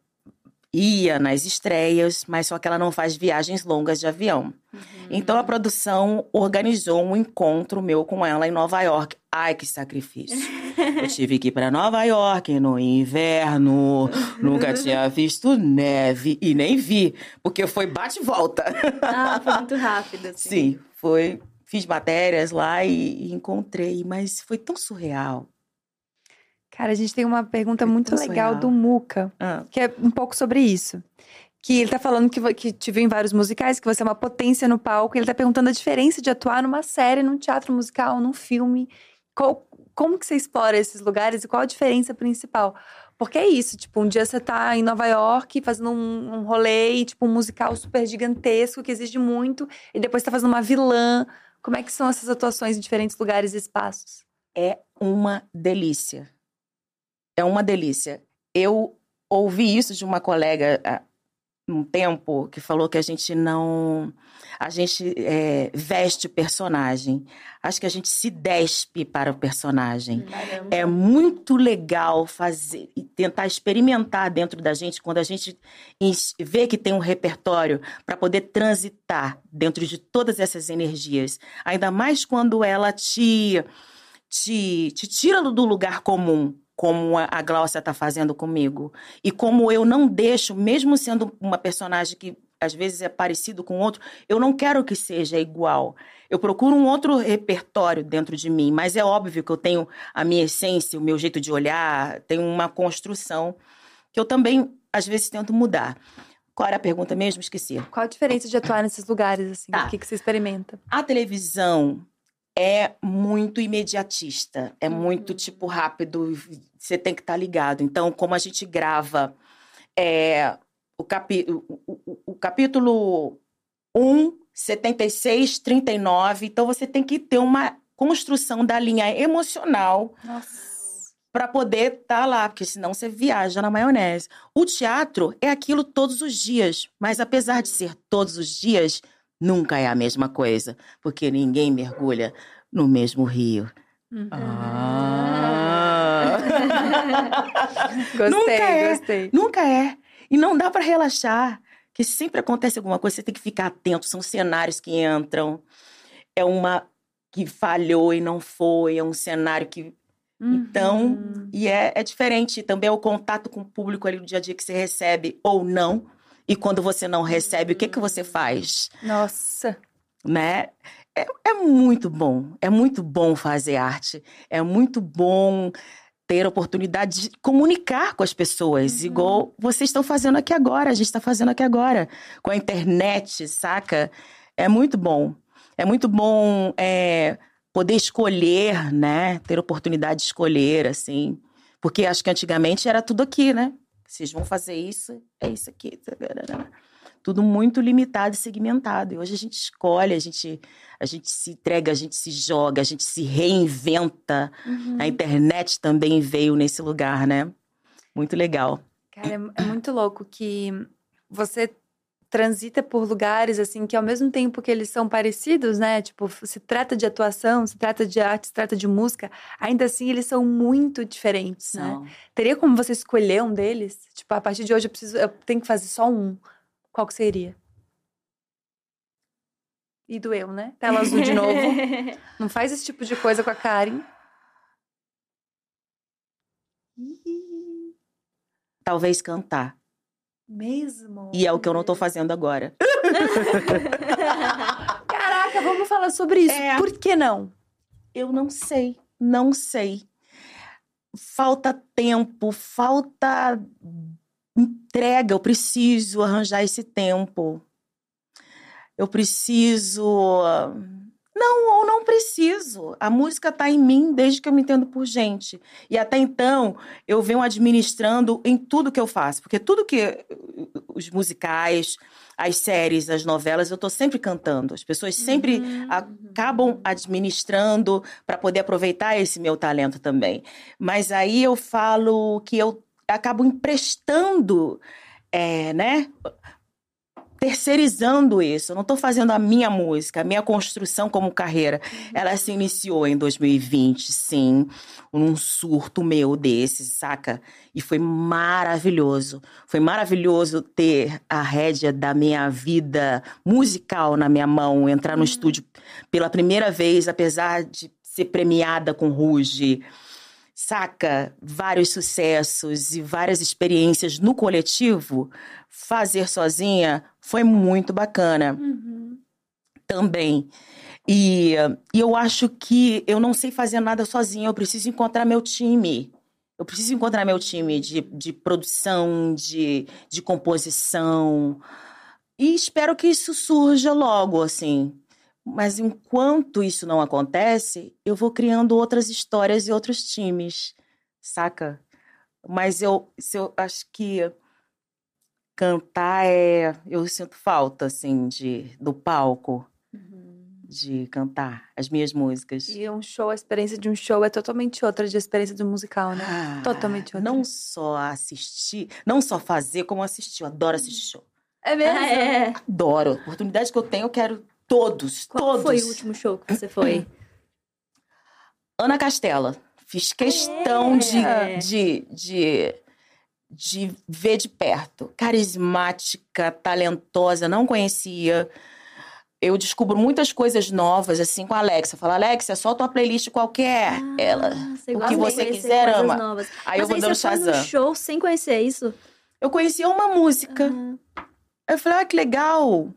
ia nas estreias, mas só que ela não faz viagens longas de avião. Uhum. Então a produção organizou um encontro meu com ela em Nova York. Ai, que sacrifício! Eu tive que ir para Nova York no inverno, nunca tinha visto neve e nem vi, porque foi bate e volta. Ah, foi muito rápido, assim. Sim, foi. Fiz matérias lá e, e encontrei, mas foi tão surreal. Cara, a gente tem uma pergunta Foi muito tão legal surreal. do Muca, Ah. que é um pouco sobre isso. Que ele tá falando que, vo- que te viu em vários musicais, que você é uma potência no palco. E ele tá perguntando a diferença de atuar numa série, num teatro musical, num filme. Qual- como que você explora esses lugares e qual a diferença principal? Porque é isso, tipo, um dia você tá em Nova York fazendo um, um rolê, e, tipo, um musical super gigantesco, que exige muito. E depois você tá fazendo uma vilã. Como é que são essas atuações em diferentes lugares e espaços? É uma delícia. É uma delícia. Eu ouvi isso de uma colega há um tempo que falou que a gente não... A gente é, veste personagem. Acho que a gente se despe para o personagem. Caramba. É muito legal fazer e tentar experimentar dentro da gente quando a gente ins- vê que tem um repertório para poder transitar dentro de todas essas energias. Ainda mais quando ela te, te, te tira do lugar comum, como a, a Gláucia está fazendo comigo. E como eu não deixo, mesmo sendo uma personagem que às vezes é parecido com outro, eu não quero que seja igual. Eu procuro um outro repertório dentro de mim, mas é óbvio que eu tenho a minha essência, o meu jeito de olhar, tenho uma construção que eu também, às vezes, tento mudar. Qual era a pergunta mesmo? Esqueci. Qual a diferença de atuar nesses lugares, assim? Tá. O que, que você experimenta? A televisão é muito imediatista, é muito, tipo, rápido, você tem que estar ligado. Então, como a gente grava é, o, capi, o, o, o capítulo um, setenta e seis, trinta e nove, então você tem que ter uma construção da linha emocional Nossa. para poder estar lá, porque senão você viaja na maionese. O teatro é aquilo todos os dias, mas apesar de ser todos os dias, nunca é a mesma coisa, porque ninguém mergulha no mesmo rio. Uhum. Ah. Gostei, Nunca é, gostei. Nunca é. E não dá pra relaxar, que sempre acontece alguma coisa, você tem que ficar atento, são cenários que entram. É uma que falhou e não foi, é um cenário que... Uhum. Então, e é, é diferente também é o contato com o público ali no dia a dia que você recebe ou não. E quando você não recebe, o que que você faz? Nossa. Né? É, é muito bom, é muito bom fazer arte. É muito bom ter a oportunidade de comunicar com as pessoas, uhum. igual vocês estão fazendo aqui agora, a gente está fazendo aqui agora. Com a internet, saca? É muito bom. É muito bom... É, poder escolher, né? Ter oportunidade de escolher, assim. Porque acho que antigamente era tudo aqui, né? Vocês vão fazer isso, é isso aqui. Tudo muito limitado e segmentado. E hoje a gente escolhe, a gente, a gente se entrega, a gente se joga, a gente se reinventa. Uhum. A internet também veio nesse lugar, né? Muito legal. Cara, é, é muito louco que você... transita por lugares, assim, que ao mesmo tempo que eles são parecidos, né? Tipo, se trata de atuação, se trata de arte, se trata de música, ainda assim eles são muito diferentes, Não. né? Teria como você escolher um deles? Tipo, a partir de hoje eu preciso, eu tenho que fazer só um. Qual que seria? E doeu, né? Tela azul de novo. Não faz esse tipo de coisa com a Karen. Talvez cantar. Mesmo? E é o que eu não tô fazendo agora. Caraca, vamos falar sobre isso. É. Por que não? Eu não sei, não sei. Falta tempo, falta entrega. Eu preciso arranjar esse tempo. Eu preciso... Não, ou não preciso. A música tá em mim desde que eu me entendo por gente. E até então, eu venho administrando em tudo que eu faço. Porque tudo que... Os musicais, as séries, as novelas, eu tô sempre cantando. As pessoas sempre uhum. acabam administrando para poder aproveitar esse meu talento também. Mas aí eu falo que eu acabo emprestando, é, né... terceirizando isso. Eu não estou fazendo a minha música, a minha construção como carreira. Ela se iniciou em dois mil e vinte, sim, num surto meu desses, saca? E foi maravilhoso. Foi maravilhoso ter a rédea da minha vida musical na minha mão, entrar no uhum. estúdio pela primeira vez, apesar de ser premiada com Ruge, saca? Vários sucessos e várias experiências no coletivo. Fazer sozinha foi muito bacana. Uhum. Também. E, e eu acho que eu não sei fazer nada sozinha. Eu preciso encontrar meu time. Eu preciso encontrar meu time de, de produção, de, de composição. E espero que isso surja logo, assim. Mas enquanto isso não acontece, eu vou criando outras histórias e outros times, saca? Mas eu, eu acho que cantar é... Eu sinto falta, assim, de, do palco, uhum. de cantar as minhas músicas. E um show, a experiência de um show é totalmente outra de experiência de um musical, né? Ah, totalmente outra. Não só assistir, não só fazer, como assistir. Eu adoro assistir show. É mesmo? Ah, é. Adoro. A oportunidade que eu tenho, eu quero... Todos, Qual todos. Qual foi o último show que você foi? Ana Castela. Fiz questão é. de, de, de, de ver de perto. Carismática, talentosa, não conhecia. Eu descubro muitas coisas novas, assim, com a Alexia. Falo, Alexia, só tua playlist qualquer. Ah, Ela, o que você quiser, ama. Novas. Aí Mas eu vou aí dando você foi Shazam. no show sem conhecer isso? Eu conhecia uma música. Uhum. Aí eu falei, ah, que legal.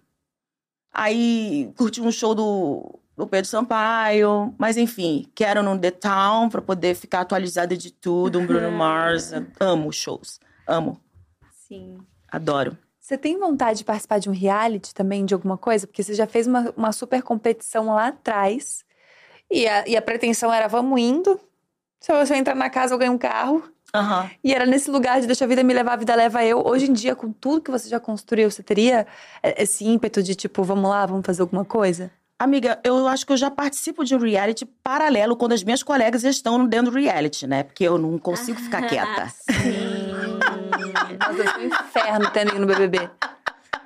Aí curti um show do, do Pedro Sampaio. Mas enfim, quero no The Town pra poder ficar atualizada de tudo. Um Bruno Mars. Amo shows. Amo. Sim. Adoro. Você tem vontade de participar de um reality também, de alguma coisa? Porque você já fez uma, uma super competição lá atrás. E a, e a pretensão era, vamos indo. Se você entrar na casa, eu ganho um carro. Uhum. E era nesse lugar de deixa a vida me levar, a vida leva eu. Hoje em dia, com tudo que você já construiu, você teria esse ímpeto de tipo, vamos lá, vamos fazer alguma coisa? Amiga, eu acho que eu já participo de um reality paralelo quando as minhas colegas estão dentro do reality, né? Porque eu não consigo ah, ficar quieta. Sim. Nossa, eu sou um inferno tendo ido no B B B.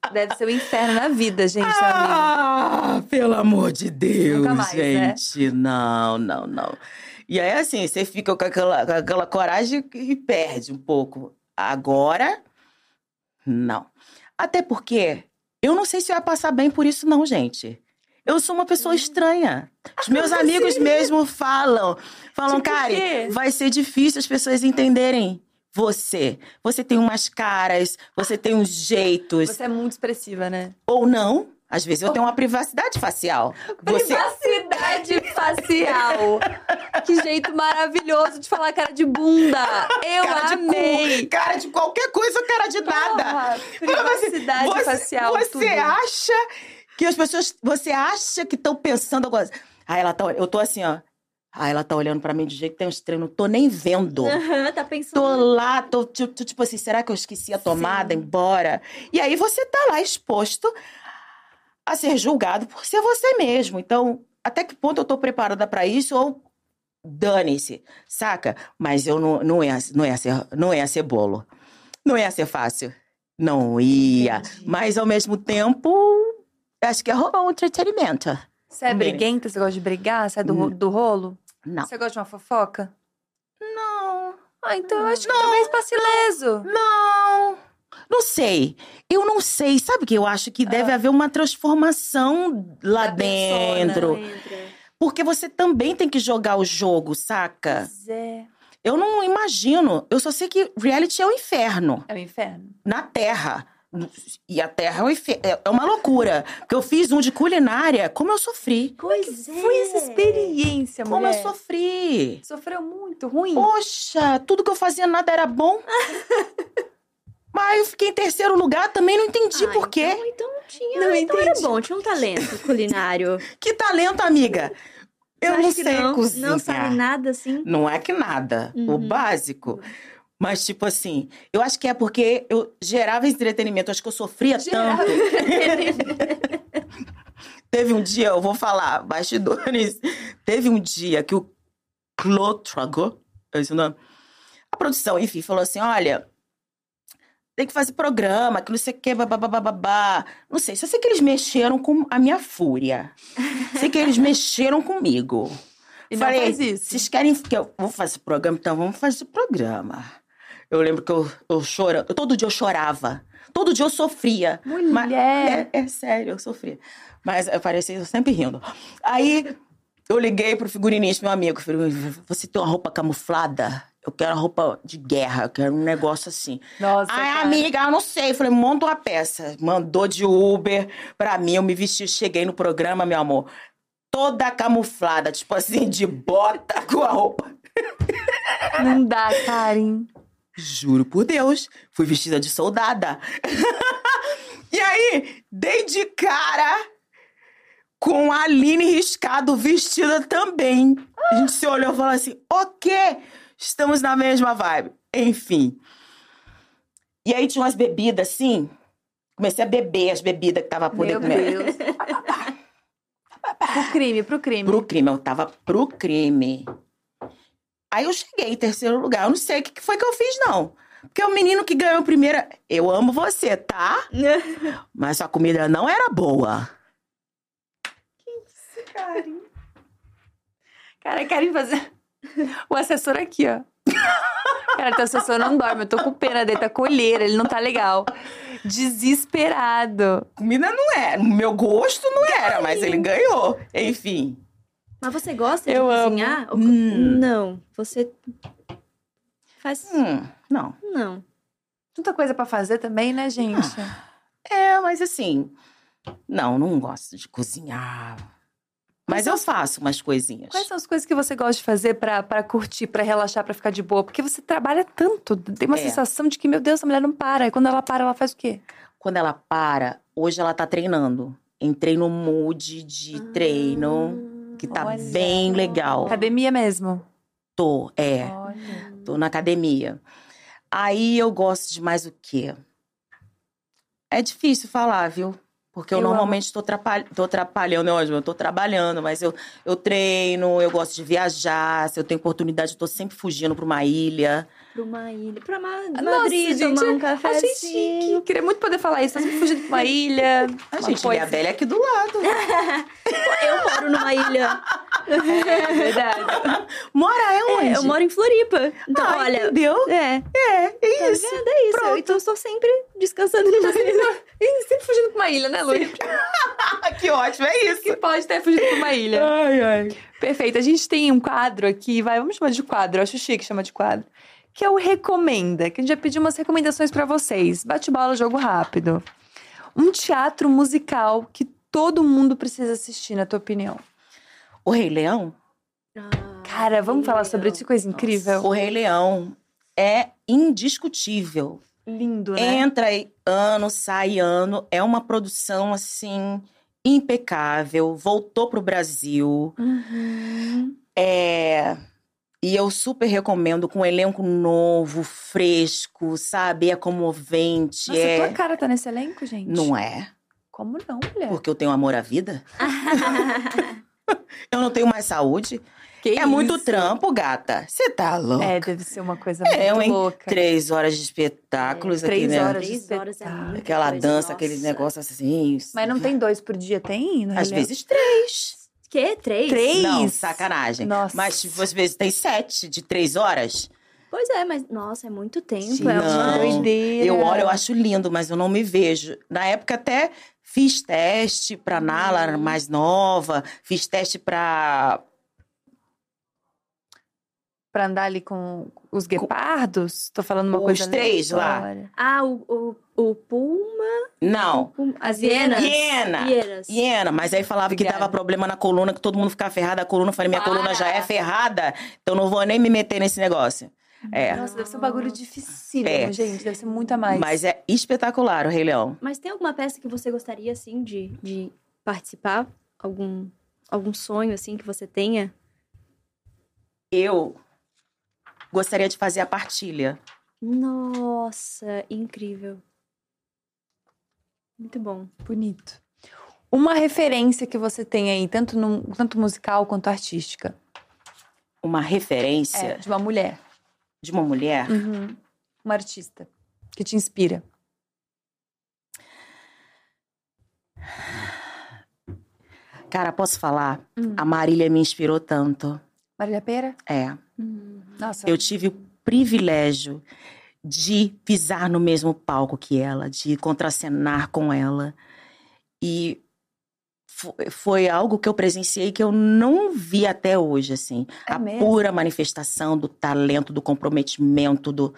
Deve ser o inferno na vida, gente, amigo. Ah, pelo amor de Deus, Nunca mais, né? gente. Não, não, não. E aí, assim, você fica com aquela, com aquela coragem e perde um pouco. Agora, não. Até porque eu não sei se eu ia passar bem por isso, não, gente. Eu sou uma pessoa estranha. Os meus amigos mesmo falam. Falam, Tipo Kari, o quê? vai ser difícil as pessoas entenderem você. Você tem umas caras, você tem uns jeitos. Você é muito expressiva, né? Ou não. Às vezes eu tenho uma privacidade facial. Você... Privacidade facial. Que jeito maravilhoso de falar cara de bunda. Eu cara amei. De cu, cara de qualquer coisa, cara de nada. Porra, privacidade você, facial, Você tudo. acha que as pessoas... Você acha que estão pensando agora... Ah, ela tá... Eu tô assim, ó. Ah, ela tá olhando pra mim de jeito que tem uns treinos. Não tô nem vendo. Aham, tá pensando. Tô lá, tô, tô, tô tipo assim, será que eu esqueci a tomada, Sim. embora? E aí você tá lá exposto a ser julgado por ser você mesmo. Então, até que ponto eu tô preparada pra isso ou dane-se, saca? Mas eu não, não, ia, não, ia ser, não ia ser bolo. Não ia ser fácil. Não ia. Entendi. Mas, ao mesmo tempo, acho que é roubar um entretenimento. Você é Também. briguenta? Você gosta de brigar? Você é do, ro- do rolo? Não. Você gosta de uma fofoca? Não. Ah, então eu acho que talvez passe leso. Não. Não sei. Eu não sei. Sabe o que eu acho? Que deve haver uma transformação lá Da persona. dentro. Entra. Porque você também tem que jogar o jogo, saca? Pois é. Eu não imagino. Eu só sei que reality é o inferno. É o inferno. Na Terra. E a Terra é, um infer... é uma loucura. Porque eu fiz um de culinária. Como eu sofri. Pois é. Foi essa experiência, Como mulher. eu sofri. Sofreu muito, ruim. Poxa, tudo que eu fazia nada era bom. Mas eu fiquei em terceiro lugar, também não entendi Ah, por quê. Então, então não tinha. Não então era entendi. bom, tinha um talento culinário. Que talento, amiga. Eu Você não acha que sei não, cozinhar. Não sabe nada assim? Não é que nada. O Uhum. básico. Mas, tipo assim, eu acho que é porque eu gerava entretenimento. Eu acho que eu sofria Gerava tanto. Teve um dia, eu vou falar, bastidores. Teve um dia que o Claude Trago, esse é o nome, a produção, enfim, falou assim, olha, tem que fazer programa, que não sei o que, babá. Não sei, só sei que eles mexeram com a minha fúria. Sei que eles mexeram comigo. E não Falei, faz isso. vocês querem que eu vou fazer programa? Então vamos fazer o programa. Eu lembro que eu, eu chorava, todo dia eu chorava. Todo dia eu sofria. Mulher. Mas, é, é sério, eu sofria. Mas eu parecia eu sempre rindo. Aí eu liguei pro figurinista, meu amigo. Falei, você tem uma roupa camuflada? Eu quero uma roupa de guerra, eu quero um negócio assim. Nossa, Ai, cara. amiga, eu não sei. Eu falei, monta uma peça. Mandou de Uber pra mim, eu me vesti, cheguei no programa, meu amor. Toda camuflada, tipo assim, de bota com a roupa. Não dá, Karen. Juro por Deus, fui vestida de soldada. E aí, dei de cara com a Aline Riscado vestida também. A gente se olhou e falou assim, o quê? Estamos na mesma vibe. Enfim. E aí tinha umas bebidas assim. Comecei a beber as bebidas que tava por Meu dentro. Deus. Pro crime, pro crime. Pro crime, eu tava pro crime. Aí eu cheguei em terceiro lugar. Eu não sei o que foi que eu fiz, não. Porque o menino que ganhou a primeira... Eu amo você, tá? Mas sua comida não era boa. Karen. Cara, querem fazer... O assessor aqui, ó. Cara, teu assessor não dorme. Eu tô com pena dele, tá com olheira. Ele não tá legal. Desesperado. Comida não era. O meu gosto não era, mas ele ganhou. Enfim. Mas você gosta Eu de amo. cozinhar? Ou- Hum. Não. Você faz... Hum, não. Não. Tanta coisa pra fazer também, né, gente? É, mas assim... Não, não gosto de cozinhar. Mas eu faço umas coisinhas. Quais são as coisas que você gosta de fazer pra, pra curtir, pra relaxar, pra ficar de boa? Porque você trabalha tanto. Tem uma É. sensação de que, meu Deus, a mulher não para. E quando ela para, ela faz o quê? Quando ela para, hoje ela tá treinando. Entrei no mood de treino, que tá olha. bem legal. Academia mesmo. Tô, é. Olha. Tô na academia. Aí eu gosto de mais o quê? É difícil falar, viu? Porque eu, Eu normalmente estou trapalh... atrapalhando, ótimo, eu estou trabalhando, mas eu, eu treino, eu gosto de viajar, se eu tenho oportunidade, eu estou sempre fugindo para uma ilha. Pra uma ilha. Pra Ma- Nossa, Madrid, gente, tomar um achei cafezinho. chique. Queria muito poder falar isso. Tá sempre fugindo pra uma ilha. A uma gente, coisa. Ilha Bela é aqui do lado. Eu moro numa ilha. É verdade. Mora é onde? É, eu moro em Floripa. Então, Ah, olha. entendeu? É. É, é Tá isso. vendo? É isso. Pronto. Então eu estou sempre descansando numa ilha. Ih, sempre fugindo pra uma ilha, né, Lu? Que ótimo, é isso. Que pode ter fugido pra uma ilha. Ai, ai. Perfeito. A gente tem um quadro aqui, vai, vamos chamar de quadro. Eu acho chique chamar de quadro. Que é o Recomenda, que a gente vai pedir umas recomendações pra vocês. Bate bola, jogo rápido. Um teatro musical que todo mundo precisa assistir, na tua opinião. O Rei Leão? Cara, vamos falar sobre isso, que coisa incrível. O Rei Leão é indiscutível. Lindo, né? Entra aí, ano, sai ano. É uma produção, assim, impecável. Voltou pro Brasil. Uhum. É... E eu super recomendo, com um elenco novo, fresco, sabe? É comovente. Nossa, é... tua cara tá nesse elenco, gente? Não é? Como não, mulher? Porque eu tenho amor à vida? Eu não tenho mais saúde? Que é muito isso? trampo, gata. Você tá louca? É, deve ser uma coisa É, muito hein? louca. Três horas de espetáculos É, aqui, três né? horas. Três horas é espetáculo. muita Aquela coisa, dança, nossa. aquele negócio assim. Mas não tem dois por dia, tem? No Às Rei Leão? vezes três. Que? Três? Três? Não, sacanagem. Nossa. Mas tipo, às vezes tem sete de três horas. Pois é, mas nossa, é muito tempo. Gente, é não. uma doideira. Eu olho, eu acho lindo, mas eu não me vejo. Na época até fiz teste pra Nala, era mais nova. Fiz teste pra... Pra andar ali com os guepardos? Tô falando uma Os coisa três lá. aleatória. Ah, o, o, o Puma. Não. o- As hienas. Hiena. Hienas. Hiena, mas aí falava Obrigada. que dava problema na coluna, que todo mundo ficava ferrado. A coluna, eu falei, minha Para. coluna já é ferrada, então não vou nem me meter nesse negócio. É. Nossa, deve ser um bagulho dificílimo, É. gente. Deve ser muito a mais. Mas é espetacular o Rei Leão. Mas tem alguma peça que você gostaria, assim, de, de participar? Algum, algum sonho, assim, que você tenha? Eu gostaria de fazer a partilha. Nossa, incrível. Muito bom. Bonito. Uma referência que você tem aí, tanto, no, tanto musical quanto artística. Uma referência É, de uma mulher. de uma mulher. Uhum. Uma artista que te inspira. Cara, posso falar? Hum. A Marília me inspirou tanto. Marília Pêra? É. Nossa. Eu tive o privilégio de pisar no mesmo palco que ela, de contracenar com ela. E fo- foi algo que eu presenciei que eu não vi até hoje, assim. É a mesmo? pura manifestação do talento, do comprometimento, do...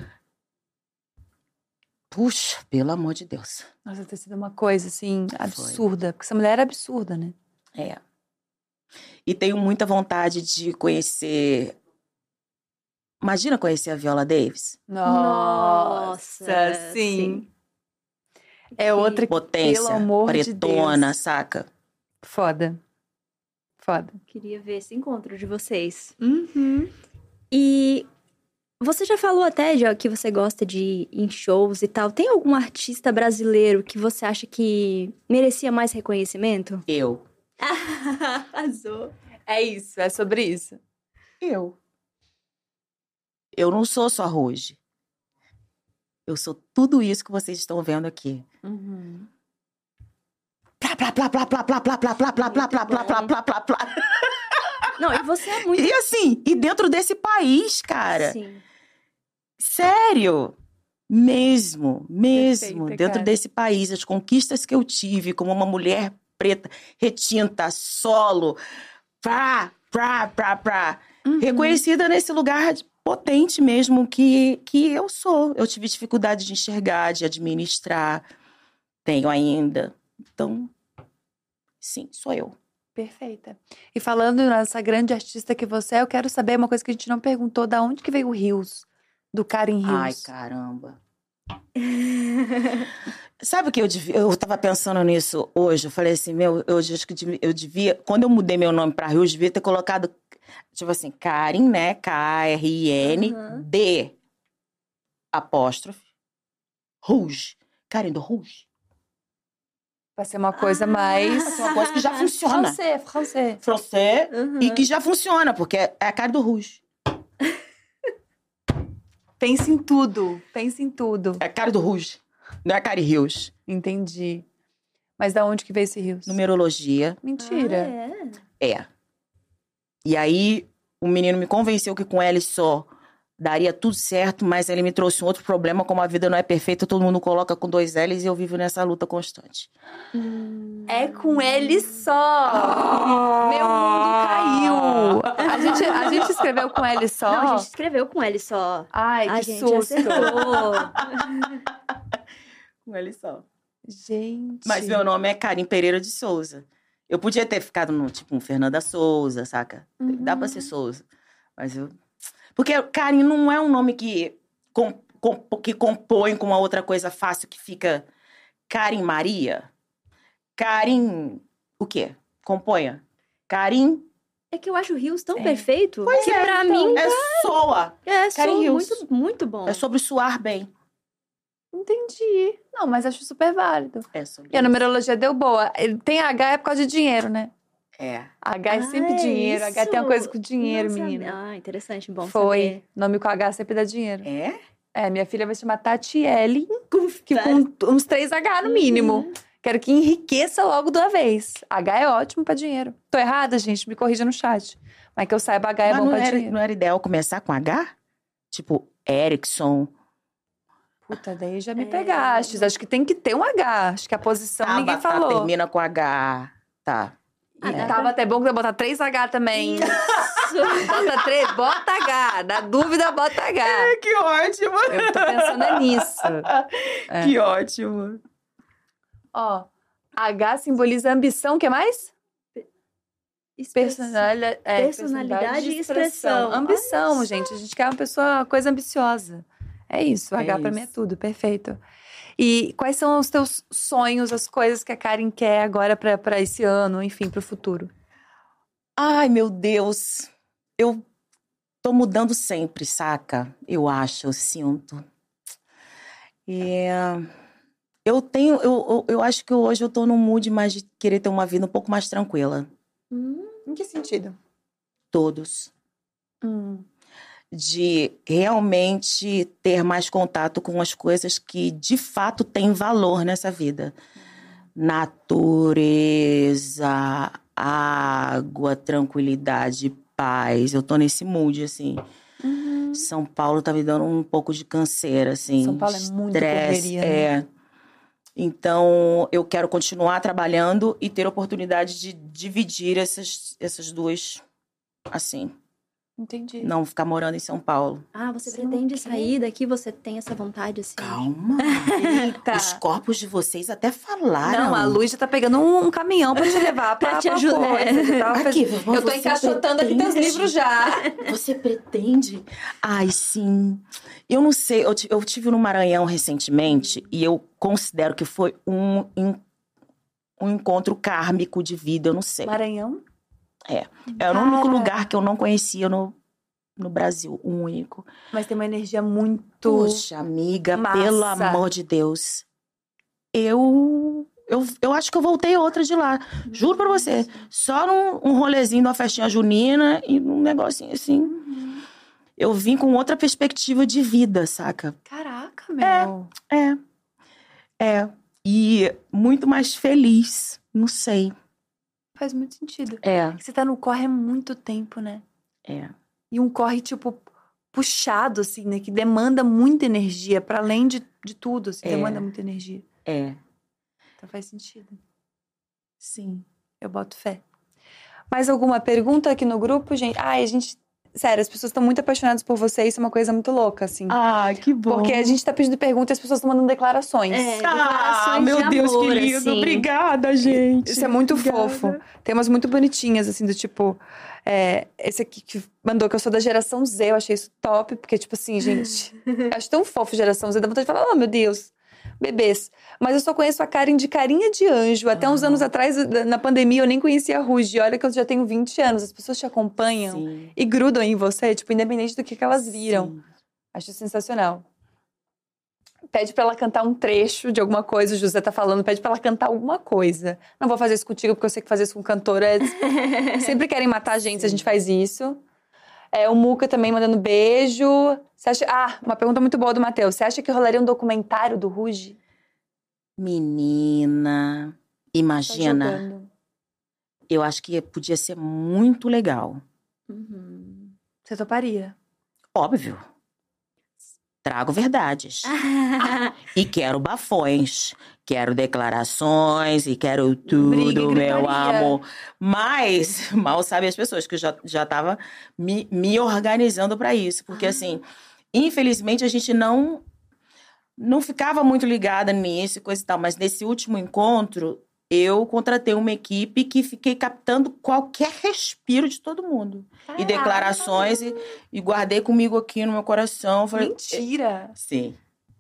Puxa, pelo amor de Deus. Nossa, ter sido uma coisa, assim, absurda. Porque essa mulher era absurda, né? É. E tenho muita vontade de conhecer... Imagina conhecer a Viola Davis? Nossa, Nossa, sim. sim. É outra que, Potência, pelo amor de pretona, Deus. saca? Foda. Foda. Queria ver esse encontro de vocês. Uhum. E você já falou até, já, que você gosta de ir em shows e tal. Tem algum artista brasileiro que você acha que merecia mais reconhecimento? Eu. Arrasou. É isso, é sobre isso. Eu. Eu não sou só Ruge. Eu sou tudo isso que vocês estão vendo aqui. Uhum. Plá, plá, plá, plá, plá, plá, plá, plá, plá, plá, plá, plá, plá, plá, plá, plá, plá. Não, e você é muito... E assim, e dentro desse país, cara. Sim. Sério. Mesmo, mesmo. Perfeita, Dentro cara. desse país, as conquistas que eu tive como uma mulher preta, retinta, solo, pra, pra, pra, pra. Uhum. Reconhecida nesse lugar de- potente mesmo que, que eu sou. Eu tive dificuldade de enxergar, de administrar. Tenho ainda. Então, sim, sou eu. Perfeita. E falando nessa grande artista que você é, eu quero saber uma coisa que a gente não perguntou. Da onde que veio o Rios? Do Karen Rios? Ai, caramba. Sabe o que eu devia... Eu tava pensando nisso hoje. Eu falei assim, meu, eu acho que eu devia- eu devia... Quando eu mudei meu nome pra Rio, eu devia ter colocado, tipo assim, Karen, né? K R I N D apóstrofe Rouge. Karen do Rouge. Pra ser uma coisa mais... Pra ser uma coisa que já funciona. Francês, francês. Francês Uhum. e que já funciona, porque é a cara do Rouge. Pensa em tudo, pensa em tudo. É a cara do Rouge, não é a Cari Rios. Entendi. Mas da onde que veio esse rios? Numerologia. Mentira. Ah, é. É. E aí, o menino me convenceu que com L só daria tudo certo, mas ele me trouxe um outro problema, como a vida não é perfeita, todo mundo coloca com dois L's e eu vivo nessa luta constante. É com ele só. Meu mundo caiu. A gente, a gente escreveu com ele só. Não, a gente escreveu com L só. Ai, A que gente susto. acertou. Com L só. Gente. Mas meu nome é Karim Pereira de Souza. Eu podia ter ficado no, tipo, um Fernanda Souza, saca? Uhum. Dá pra ser Souza. Mas eu... Porque Karim não é um nome que, com, com, que compõe com uma outra coisa fácil que fica Karim Maria. Karim... O quê? Componha. Karim... É que eu acho o Rios tão É. perfeito Pois que é, pra então, mim é soa. é só Karim Rios. muito, muito bom. É sobre suar bem. Entendi. Não, mas acho super válido. É sobre E a isso. numerologia deu boa. Ele tem H é por causa de dinheiro, né? É. H é sempre Ah, é dinheiro. H tem uma isso? coisa com dinheiro, Não menina. sabia. Ah, interessante, bom Foi. saber. Nome com H sempre dá dinheiro. É? É, minha filha vai se chamar Tatiele, que com uns três H no mínimo. Quero que enriqueça logo de uma vez. H é ótimo pra dinheiro. Tô errada, gente? Me corrija no chat. Mas que eu saiba, H é Mas bom não pra era, dinheiro. não era ideal começar com H? Tipo, Erickson. Puta, daí já me É. pegaste. Acho que tem que ter um H. Acho que a posição ninguém Tabata falou. termina com H. Tá. Ah, E dá tava pra- até bom que eu botar três H também. Bota três, bota H. Na dúvida, bota H. Que ótimo! Eu tô pensando é nisso. É. Que ótimo. Ó, H simboliza ambição, o que mais? Personalidade, é, Personalidade e expressão. Ambição, Olha gente. A gente quer uma pessoa, uma coisa ambiciosa. É isso, o É H pra mim é isso. tudo, perfeito. E quais são os teus sonhos, as coisas que a Karen quer agora pra, pra esse ano, enfim, pro futuro? Ai, meu Deus. Eu tô mudando sempre, saca? Eu acho, eu sinto. É... Eu tenho... Eu, eu, eu acho que hoje eu tô num mood mais de querer ter uma vida um pouco mais tranquila. Hum, Em que sentido? Todos. Hum. De realmente ter mais contato com as coisas que de fato têm valor nessa vida. Natureza, água, tranquilidade, paz. Eu tô nesse mood, assim. Uhum. São Paulo tá me dando um pouco de canseira, assim. São Paulo é muito estresse, correria, né? é. Então, eu quero continuar trabalhando e ter a oportunidade de dividir essas, essas duas, assim. Entendi. Não ficar morando em São Paulo. Ah, você Você não pretende quer? sair daqui? Você tem essa vontade, assim? Calma. Eita. Os corpos de vocês até falaram. Não, a Luz já tá pegando um, um caminhão pra te levar pra, Pra te pra ajudar. coisa. Eu, tava Aqui, faz- mas eu tô você encaixotando aqui teus pretende? livros já. Você pretende? Ai, sim. Eu não sei. Eu, ti- eu tive no Maranhão recentemente e eu considero que foi um, en- um encontro kármico de vida. Eu não sei. Maranhão? Era o único Cara. lugar que eu não conhecia no, no Brasil. O único. Mas tem uma energia muito... Poxa, amiga, massa. pelo amor de Deus. Eu, eu, eu acho que eu voltei outra de lá. Juro pra você. Só num um rolezinho de uma festinha junina e num negocinho assim. Eu vim com outra perspectiva de vida, saca? Caraca, meu. É. É. E muito mais feliz. Não sei. Faz muito sentido. É. Você tá no corre há muito tempo, né? É. E um corre, tipo, puxado, assim, né? Que demanda muita energia, pra além de, de tudo, assim, É. demanda muita energia. É. Então faz sentido. Sim. Eu boto fé. Mais alguma pergunta aqui no grupo, gente? Ai, a gente... Sério, as pessoas estão muito apaixonadas por você. Isso é uma coisa muito louca, assim. Ah, que bom. Porque a gente tá pedindo pergunta e as pessoas estão mandando declarações. É, Ah, declarações meu de Deus, amor, que lindo. assim. Obrigada, gente. Isso é muito Obrigada. fofo. Tem umas muito bonitinhas, assim, do tipo... é, esse aqui que mandou que eu sou da geração Z. Eu achei isso top. Porque, tipo assim, gente... acho tão fofo geração Z. Dá vontade de falar, oh, meu Deus. Bebês. Mas eu só conheço a Karen de carinha de anjo. Até uns Ah. anos atrás, na pandemia, eu nem conhecia a Ruge. Olha que eu já tenho vinte anos. As pessoas te acompanham Sim. e grudam em você, tipo, independente do que, que elas viram. Sim. Acho sensacional. Pede pra ela cantar um trecho de alguma coisa, o José tá falando, pede pra ela cantar alguma coisa. Não vou fazer isso contigo, porque eu sei que fazer isso com cantora é... sempre querem matar a gente se a gente faz isso. É, o Muca também mandando beijo. Você acha... Ah, uma pergunta muito boa do Matheus. Você acha que rolaria um documentário do Ruge? Menina, imagina. Tá jogando. Eu acho que podia ser muito legal. Uhum. Você toparia? Óbvio. Trago verdades. E quero bafões. Quero declarações e quero Briga e tudo, meu gritaria. amor. Mas, mal sabem as pessoas que eu já, já tava me, me organizando pra isso. Porque, assim, infelizmente a gente não, não ficava muito ligada nisso e coisa e tal. Mas nesse último encontro, eu contratei uma equipe que fiquei captando qualquer respiro de todo mundo. E declarações, e, e guardei comigo aqui no meu coração. Falei, Mentira! sim.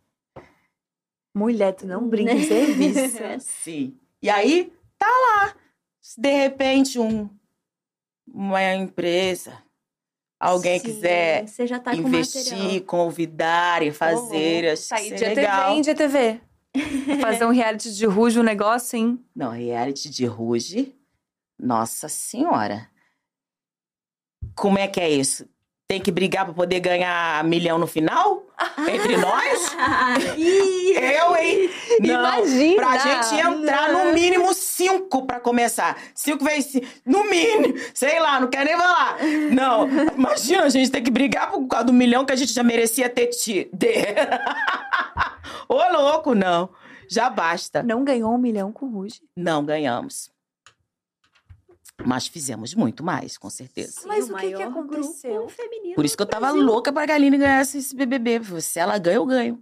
Mulher, tu não brinca em serviço. Sim. E aí, tá lá. Se de repente um, uma empresa, alguém Sim, quiser você já tá com investir, material. convidar e fazer, acho Tá que aí, isso G é T V, legal. hein, G T V? Fazer um reality de Ruge, um negócio, hein? Não, reality de Ruge, nossa senhora. Como é que é isso? Tem que brigar pra poder ganhar milhão no final? Entre nós? Eu, hein? Não, Imagina! pra gente entrar no mínimo cinco pra começar. Cinco vezes cinco, no mínimo. Sei lá, não quero nem falar. Não, imagina a gente ter que brigar por causa do milhão que a gente já merecia ter. Ti- ter. Ô, louco, não. Já basta. Não ganhou um milhão com Ruge? Não ganhamos. Mas fizemos muito mais, com certeza. Sim, Mas o o que que maior aconteceu? grupo feminino Por isso que eu do tava Brasil. louca pra Galine ganhar esse B B B. Se ela ganha, eu ganho.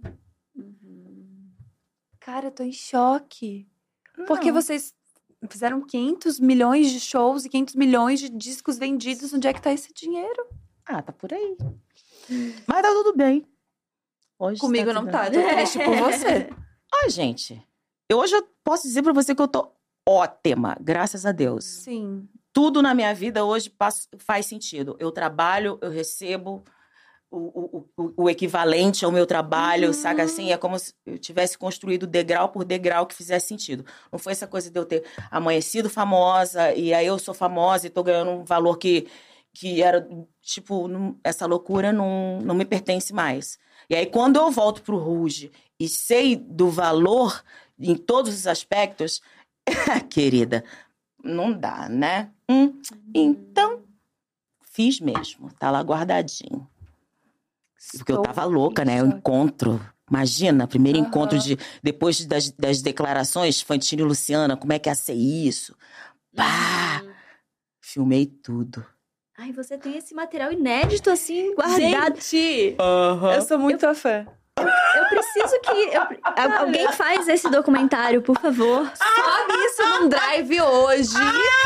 Cara, eu tô em choque. Porque Não. vocês fizeram quinhentos milhões de shows e quinhentos milhões de discos vendidos. Onde é que tá esse dinheiro? Ah, tá por aí. Mas tá tudo bem. Hoje Comigo tá não tudo tá, bem. tô triste por você. Ai, gente. Eu, hoje eu posso dizer pra você que eu tô ótima, graças a Deus. Sim. Tudo na minha vida hoje passa- faz sentido. Eu trabalho, eu recebo o, o, o, o equivalente ao meu trabalho, Uhum. sabe assim? É como se eu tivesse construído degrau por degrau que fizesse sentido. Não foi essa coisa de eu ter amanhecido famosa e aí eu sou famosa e tô ganhando um valor que, que era, tipo, não- essa loucura não, não me pertence mais. E aí quando eu volto pro Ruge e sei do valor em todos os aspectos, querida, não dá, né? Hum, então, fiz mesmo. Tá lá guardadinho. Porque eu Estou tava louca, né? em O choque. encontro. Imagina, primeiro Aham. encontro de... Depois das, das declarações, Fantine e Luciana, como é que ia ser isso? Pá! Filmei tudo. Ai, você tem esse material inédito, assim, guardado. Gente, Aham. eu sou muito tua fã. Eu preciso que... eu- al- alguém faz esse documentário, por favor. Sobe isso num drive hoje.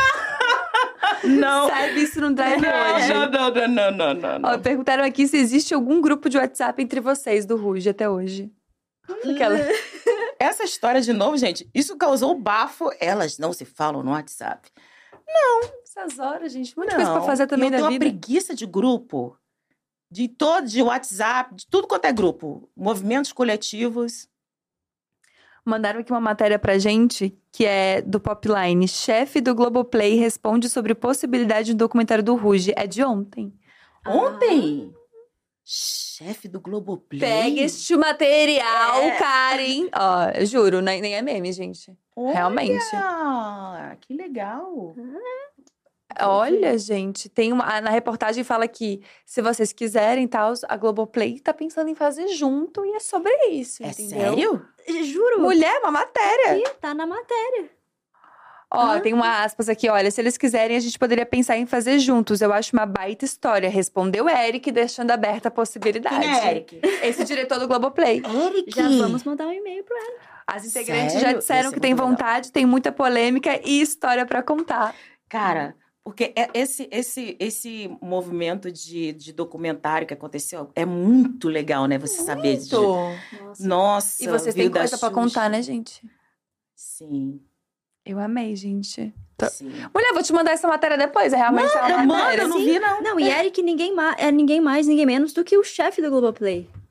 Não. Sobe isso num drive hoje. Não, não, não, não, não, não, não. Ó, perguntaram aqui se existe algum grupo de WhatsApp entre vocês do Ruge até hoje. Aquela... Essa história, de novo, gente, isso causou bafo. Elas não se falam no WhatsApp. Essas horas, gente. Muita coisa pra fazer também eu da tenho vida. uma preguiça de grupo. De todo, de WhatsApp, de tudo quanto é grupo. Movimentos coletivos. Mandaram aqui uma matéria pra gente, que é do Popline. Chefe do Globoplay responde sobre possibilidade de um documentário do Ruge. É de ontem. Ontem, chefe do Globoplay. Pega este material, É. Karen. Ó, eu juro, nem, nem é meme, gente. Olha, realmente. que legal. Olha, gente, tem uma. Na reportagem fala que se vocês quiserem, tal, a Globoplay tá pensando em fazer junto e é sobre isso, É entendeu? sério? Juro. Mulher, uma matéria. Ih, tá na matéria. Ó, Ah. tem uma aspas aqui, olha, se eles quiserem, a gente poderia pensar em fazer juntos. Eu acho uma baita história, respondeu Eric, deixando aberta a possibilidade. Quem é Eric? Esse diretor do Globoplay. Eric. Já vamos mandar um e-mail pro Eric. As integrantes Sério? já Ia disseram ser que tem muito legal. vontade, tem muita polêmica e história pra contar. Cara, porque é- esse, esse, esse movimento de, de documentário que aconteceu é muito legal, né? Você saber de... Nossa. Nossa, E vocês veio têm da coisa pra Xuxa. contar, né, gente? Sim, Eu amei, gente. Tô- sim. Mulher, vou te mandar essa matéria depois, é realmente uma Manda, matéria. eu não vi, não. Não, e Eric ninguém, ma é ninguém mais, ninguém menos do que o chefe do Globoplay.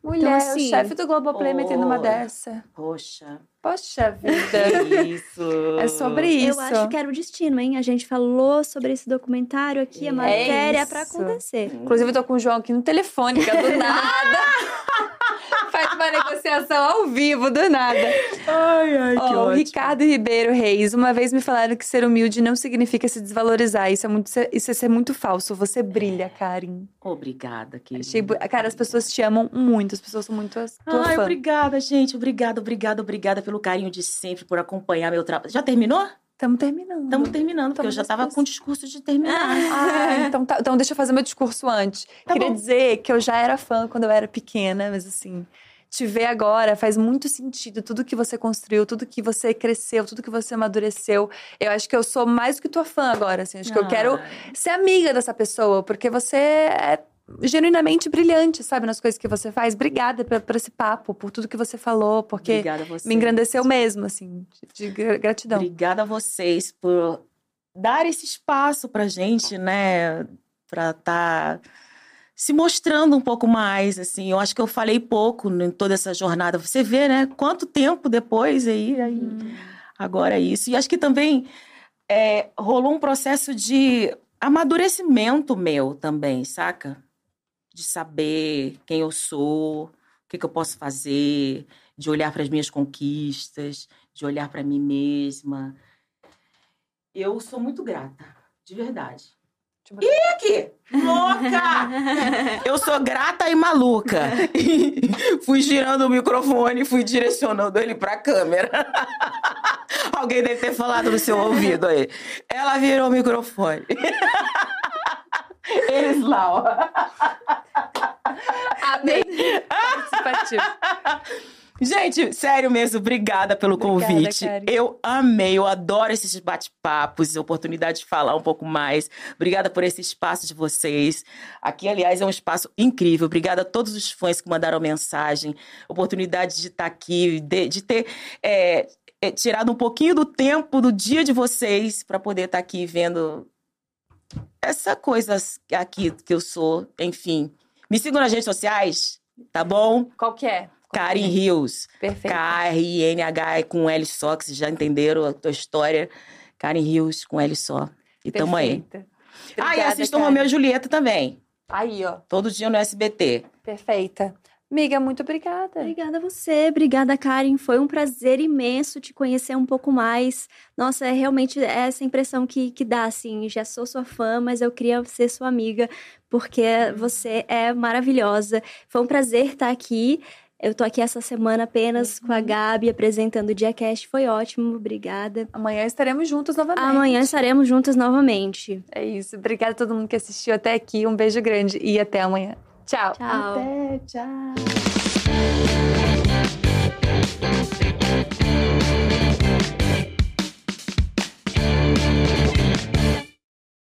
Mulher, Então, assim, o chefe do Globoplay oh, metendo uma dessa. Poxa. Poxa vida. É isso. É sobre isso. Eu acho que era o destino, hein? A gente falou sobre esse documentário aqui, a É matéria é isso. pra acontecer. Inclusive, eu tô com o João aqui no telefone, que é do nada. Faz uma negociação ao vivo, do nada. Ai, ai, que Ó, o ótimo. Ricardo Ribeiro Reis, uma vez me falaram que ser humilde não significa se desvalorizar. Isso é, muito, isso é ser muito falso. Você brilha, Karen. Obrigada, querida. Achei, bu- cara, as pessoas te amam muito. As pessoas são muito as tua Ai, fã. obrigada, gente. Obrigada, obrigada, obrigada pelo carinho de sempre, por acompanhar meu trabalho. Já terminou? Estamos terminando. Estamos terminando, porque Tamo eu já nas tava coisas. com o discurso de terminar. Ah, então, tá, então deixa eu fazer meu discurso antes. Tá Queria bom. dizer que eu já era fã quando eu era pequena, mas assim, te ver agora faz muito sentido. Tudo que você construiu, tudo que você cresceu, tudo que você amadureceu. Eu acho que eu sou mais do que tua fã agora, assim. Acho que eu quero Ai. ser amiga dessa pessoa, porque você é genuinamente brilhante, sabe? Nas coisas que você faz. Obrigada por, por esse papo, por tudo que você falou, porque Obrigada a vocês. me engrandeceu mesmo, assim, de, de gra- gratidão. Obrigada a vocês por dar esse espaço pra gente, né? Pra estar se mostrando um pouco mais, assim. Eu acho que eu falei pouco em toda essa jornada. Você vê, né? Quanto tempo depois aí, aí agora é isso. E acho que também é, rolou um processo de amadurecimento meu também, saca? De saber quem eu sou, o que, que eu posso fazer, de olhar para as minhas conquistas, de olhar para mim mesma. Eu sou muito grata, de verdade. E aqui, louca! Eu sou grata e maluca. Fui girando o microfone, fui direcionando ele para a câmera. Alguém deve ter falado no seu ouvido aí. Ela virou o microfone. Eles lá, ó. Amei. Participativo. Gente, sério mesmo, obrigada pelo Obrigada, convite. Karen. Eu amei, eu adoro esses bate-papos, oportunidade de falar um pouco mais. Obrigada por esse espaço de vocês. Aqui, aliás, é um espaço incrível. Obrigada a todos os fãs que mandaram mensagem. Oportunidade de estar aqui, de, de ter é, é, tirado um pouquinho do tempo do dia de vocês para poder estar aqui vendo essa coisa aqui que eu sou. Enfim, me sigam nas redes sociais, tá bom? Qual que é? Karen Rios. Perfeito. K R I N H com L só, que vocês já entenderam a tua história. Karen Rios com L só. E tamo aí. Perfeita. Ah, e Obrigada, assistam Karen. Romeu e Julieta também. Aí, ó. Todo dia no S B T. Perfeita. Amiga, muito obrigada. Obrigada a você, obrigada, Karen. Foi um prazer imenso te conhecer um pouco mais. Nossa, é realmente essa impressão que, que dá, assim. Já sou sua fã, mas eu queria ser sua amiga, porque você é maravilhosa. Foi um prazer estar aqui. Eu tô aqui essa semana apenas com a Gabi, apresentando o DiaCast. Foi ótimo, obrigada. Amanhã estaremos juntos novamente. Amanhã estaremos juntas novamente. É isso. Obrigada a todo mundo que assistiu até aqui. Um beijo grande e até amanhã. Tchau. Tchau. Até, tchau.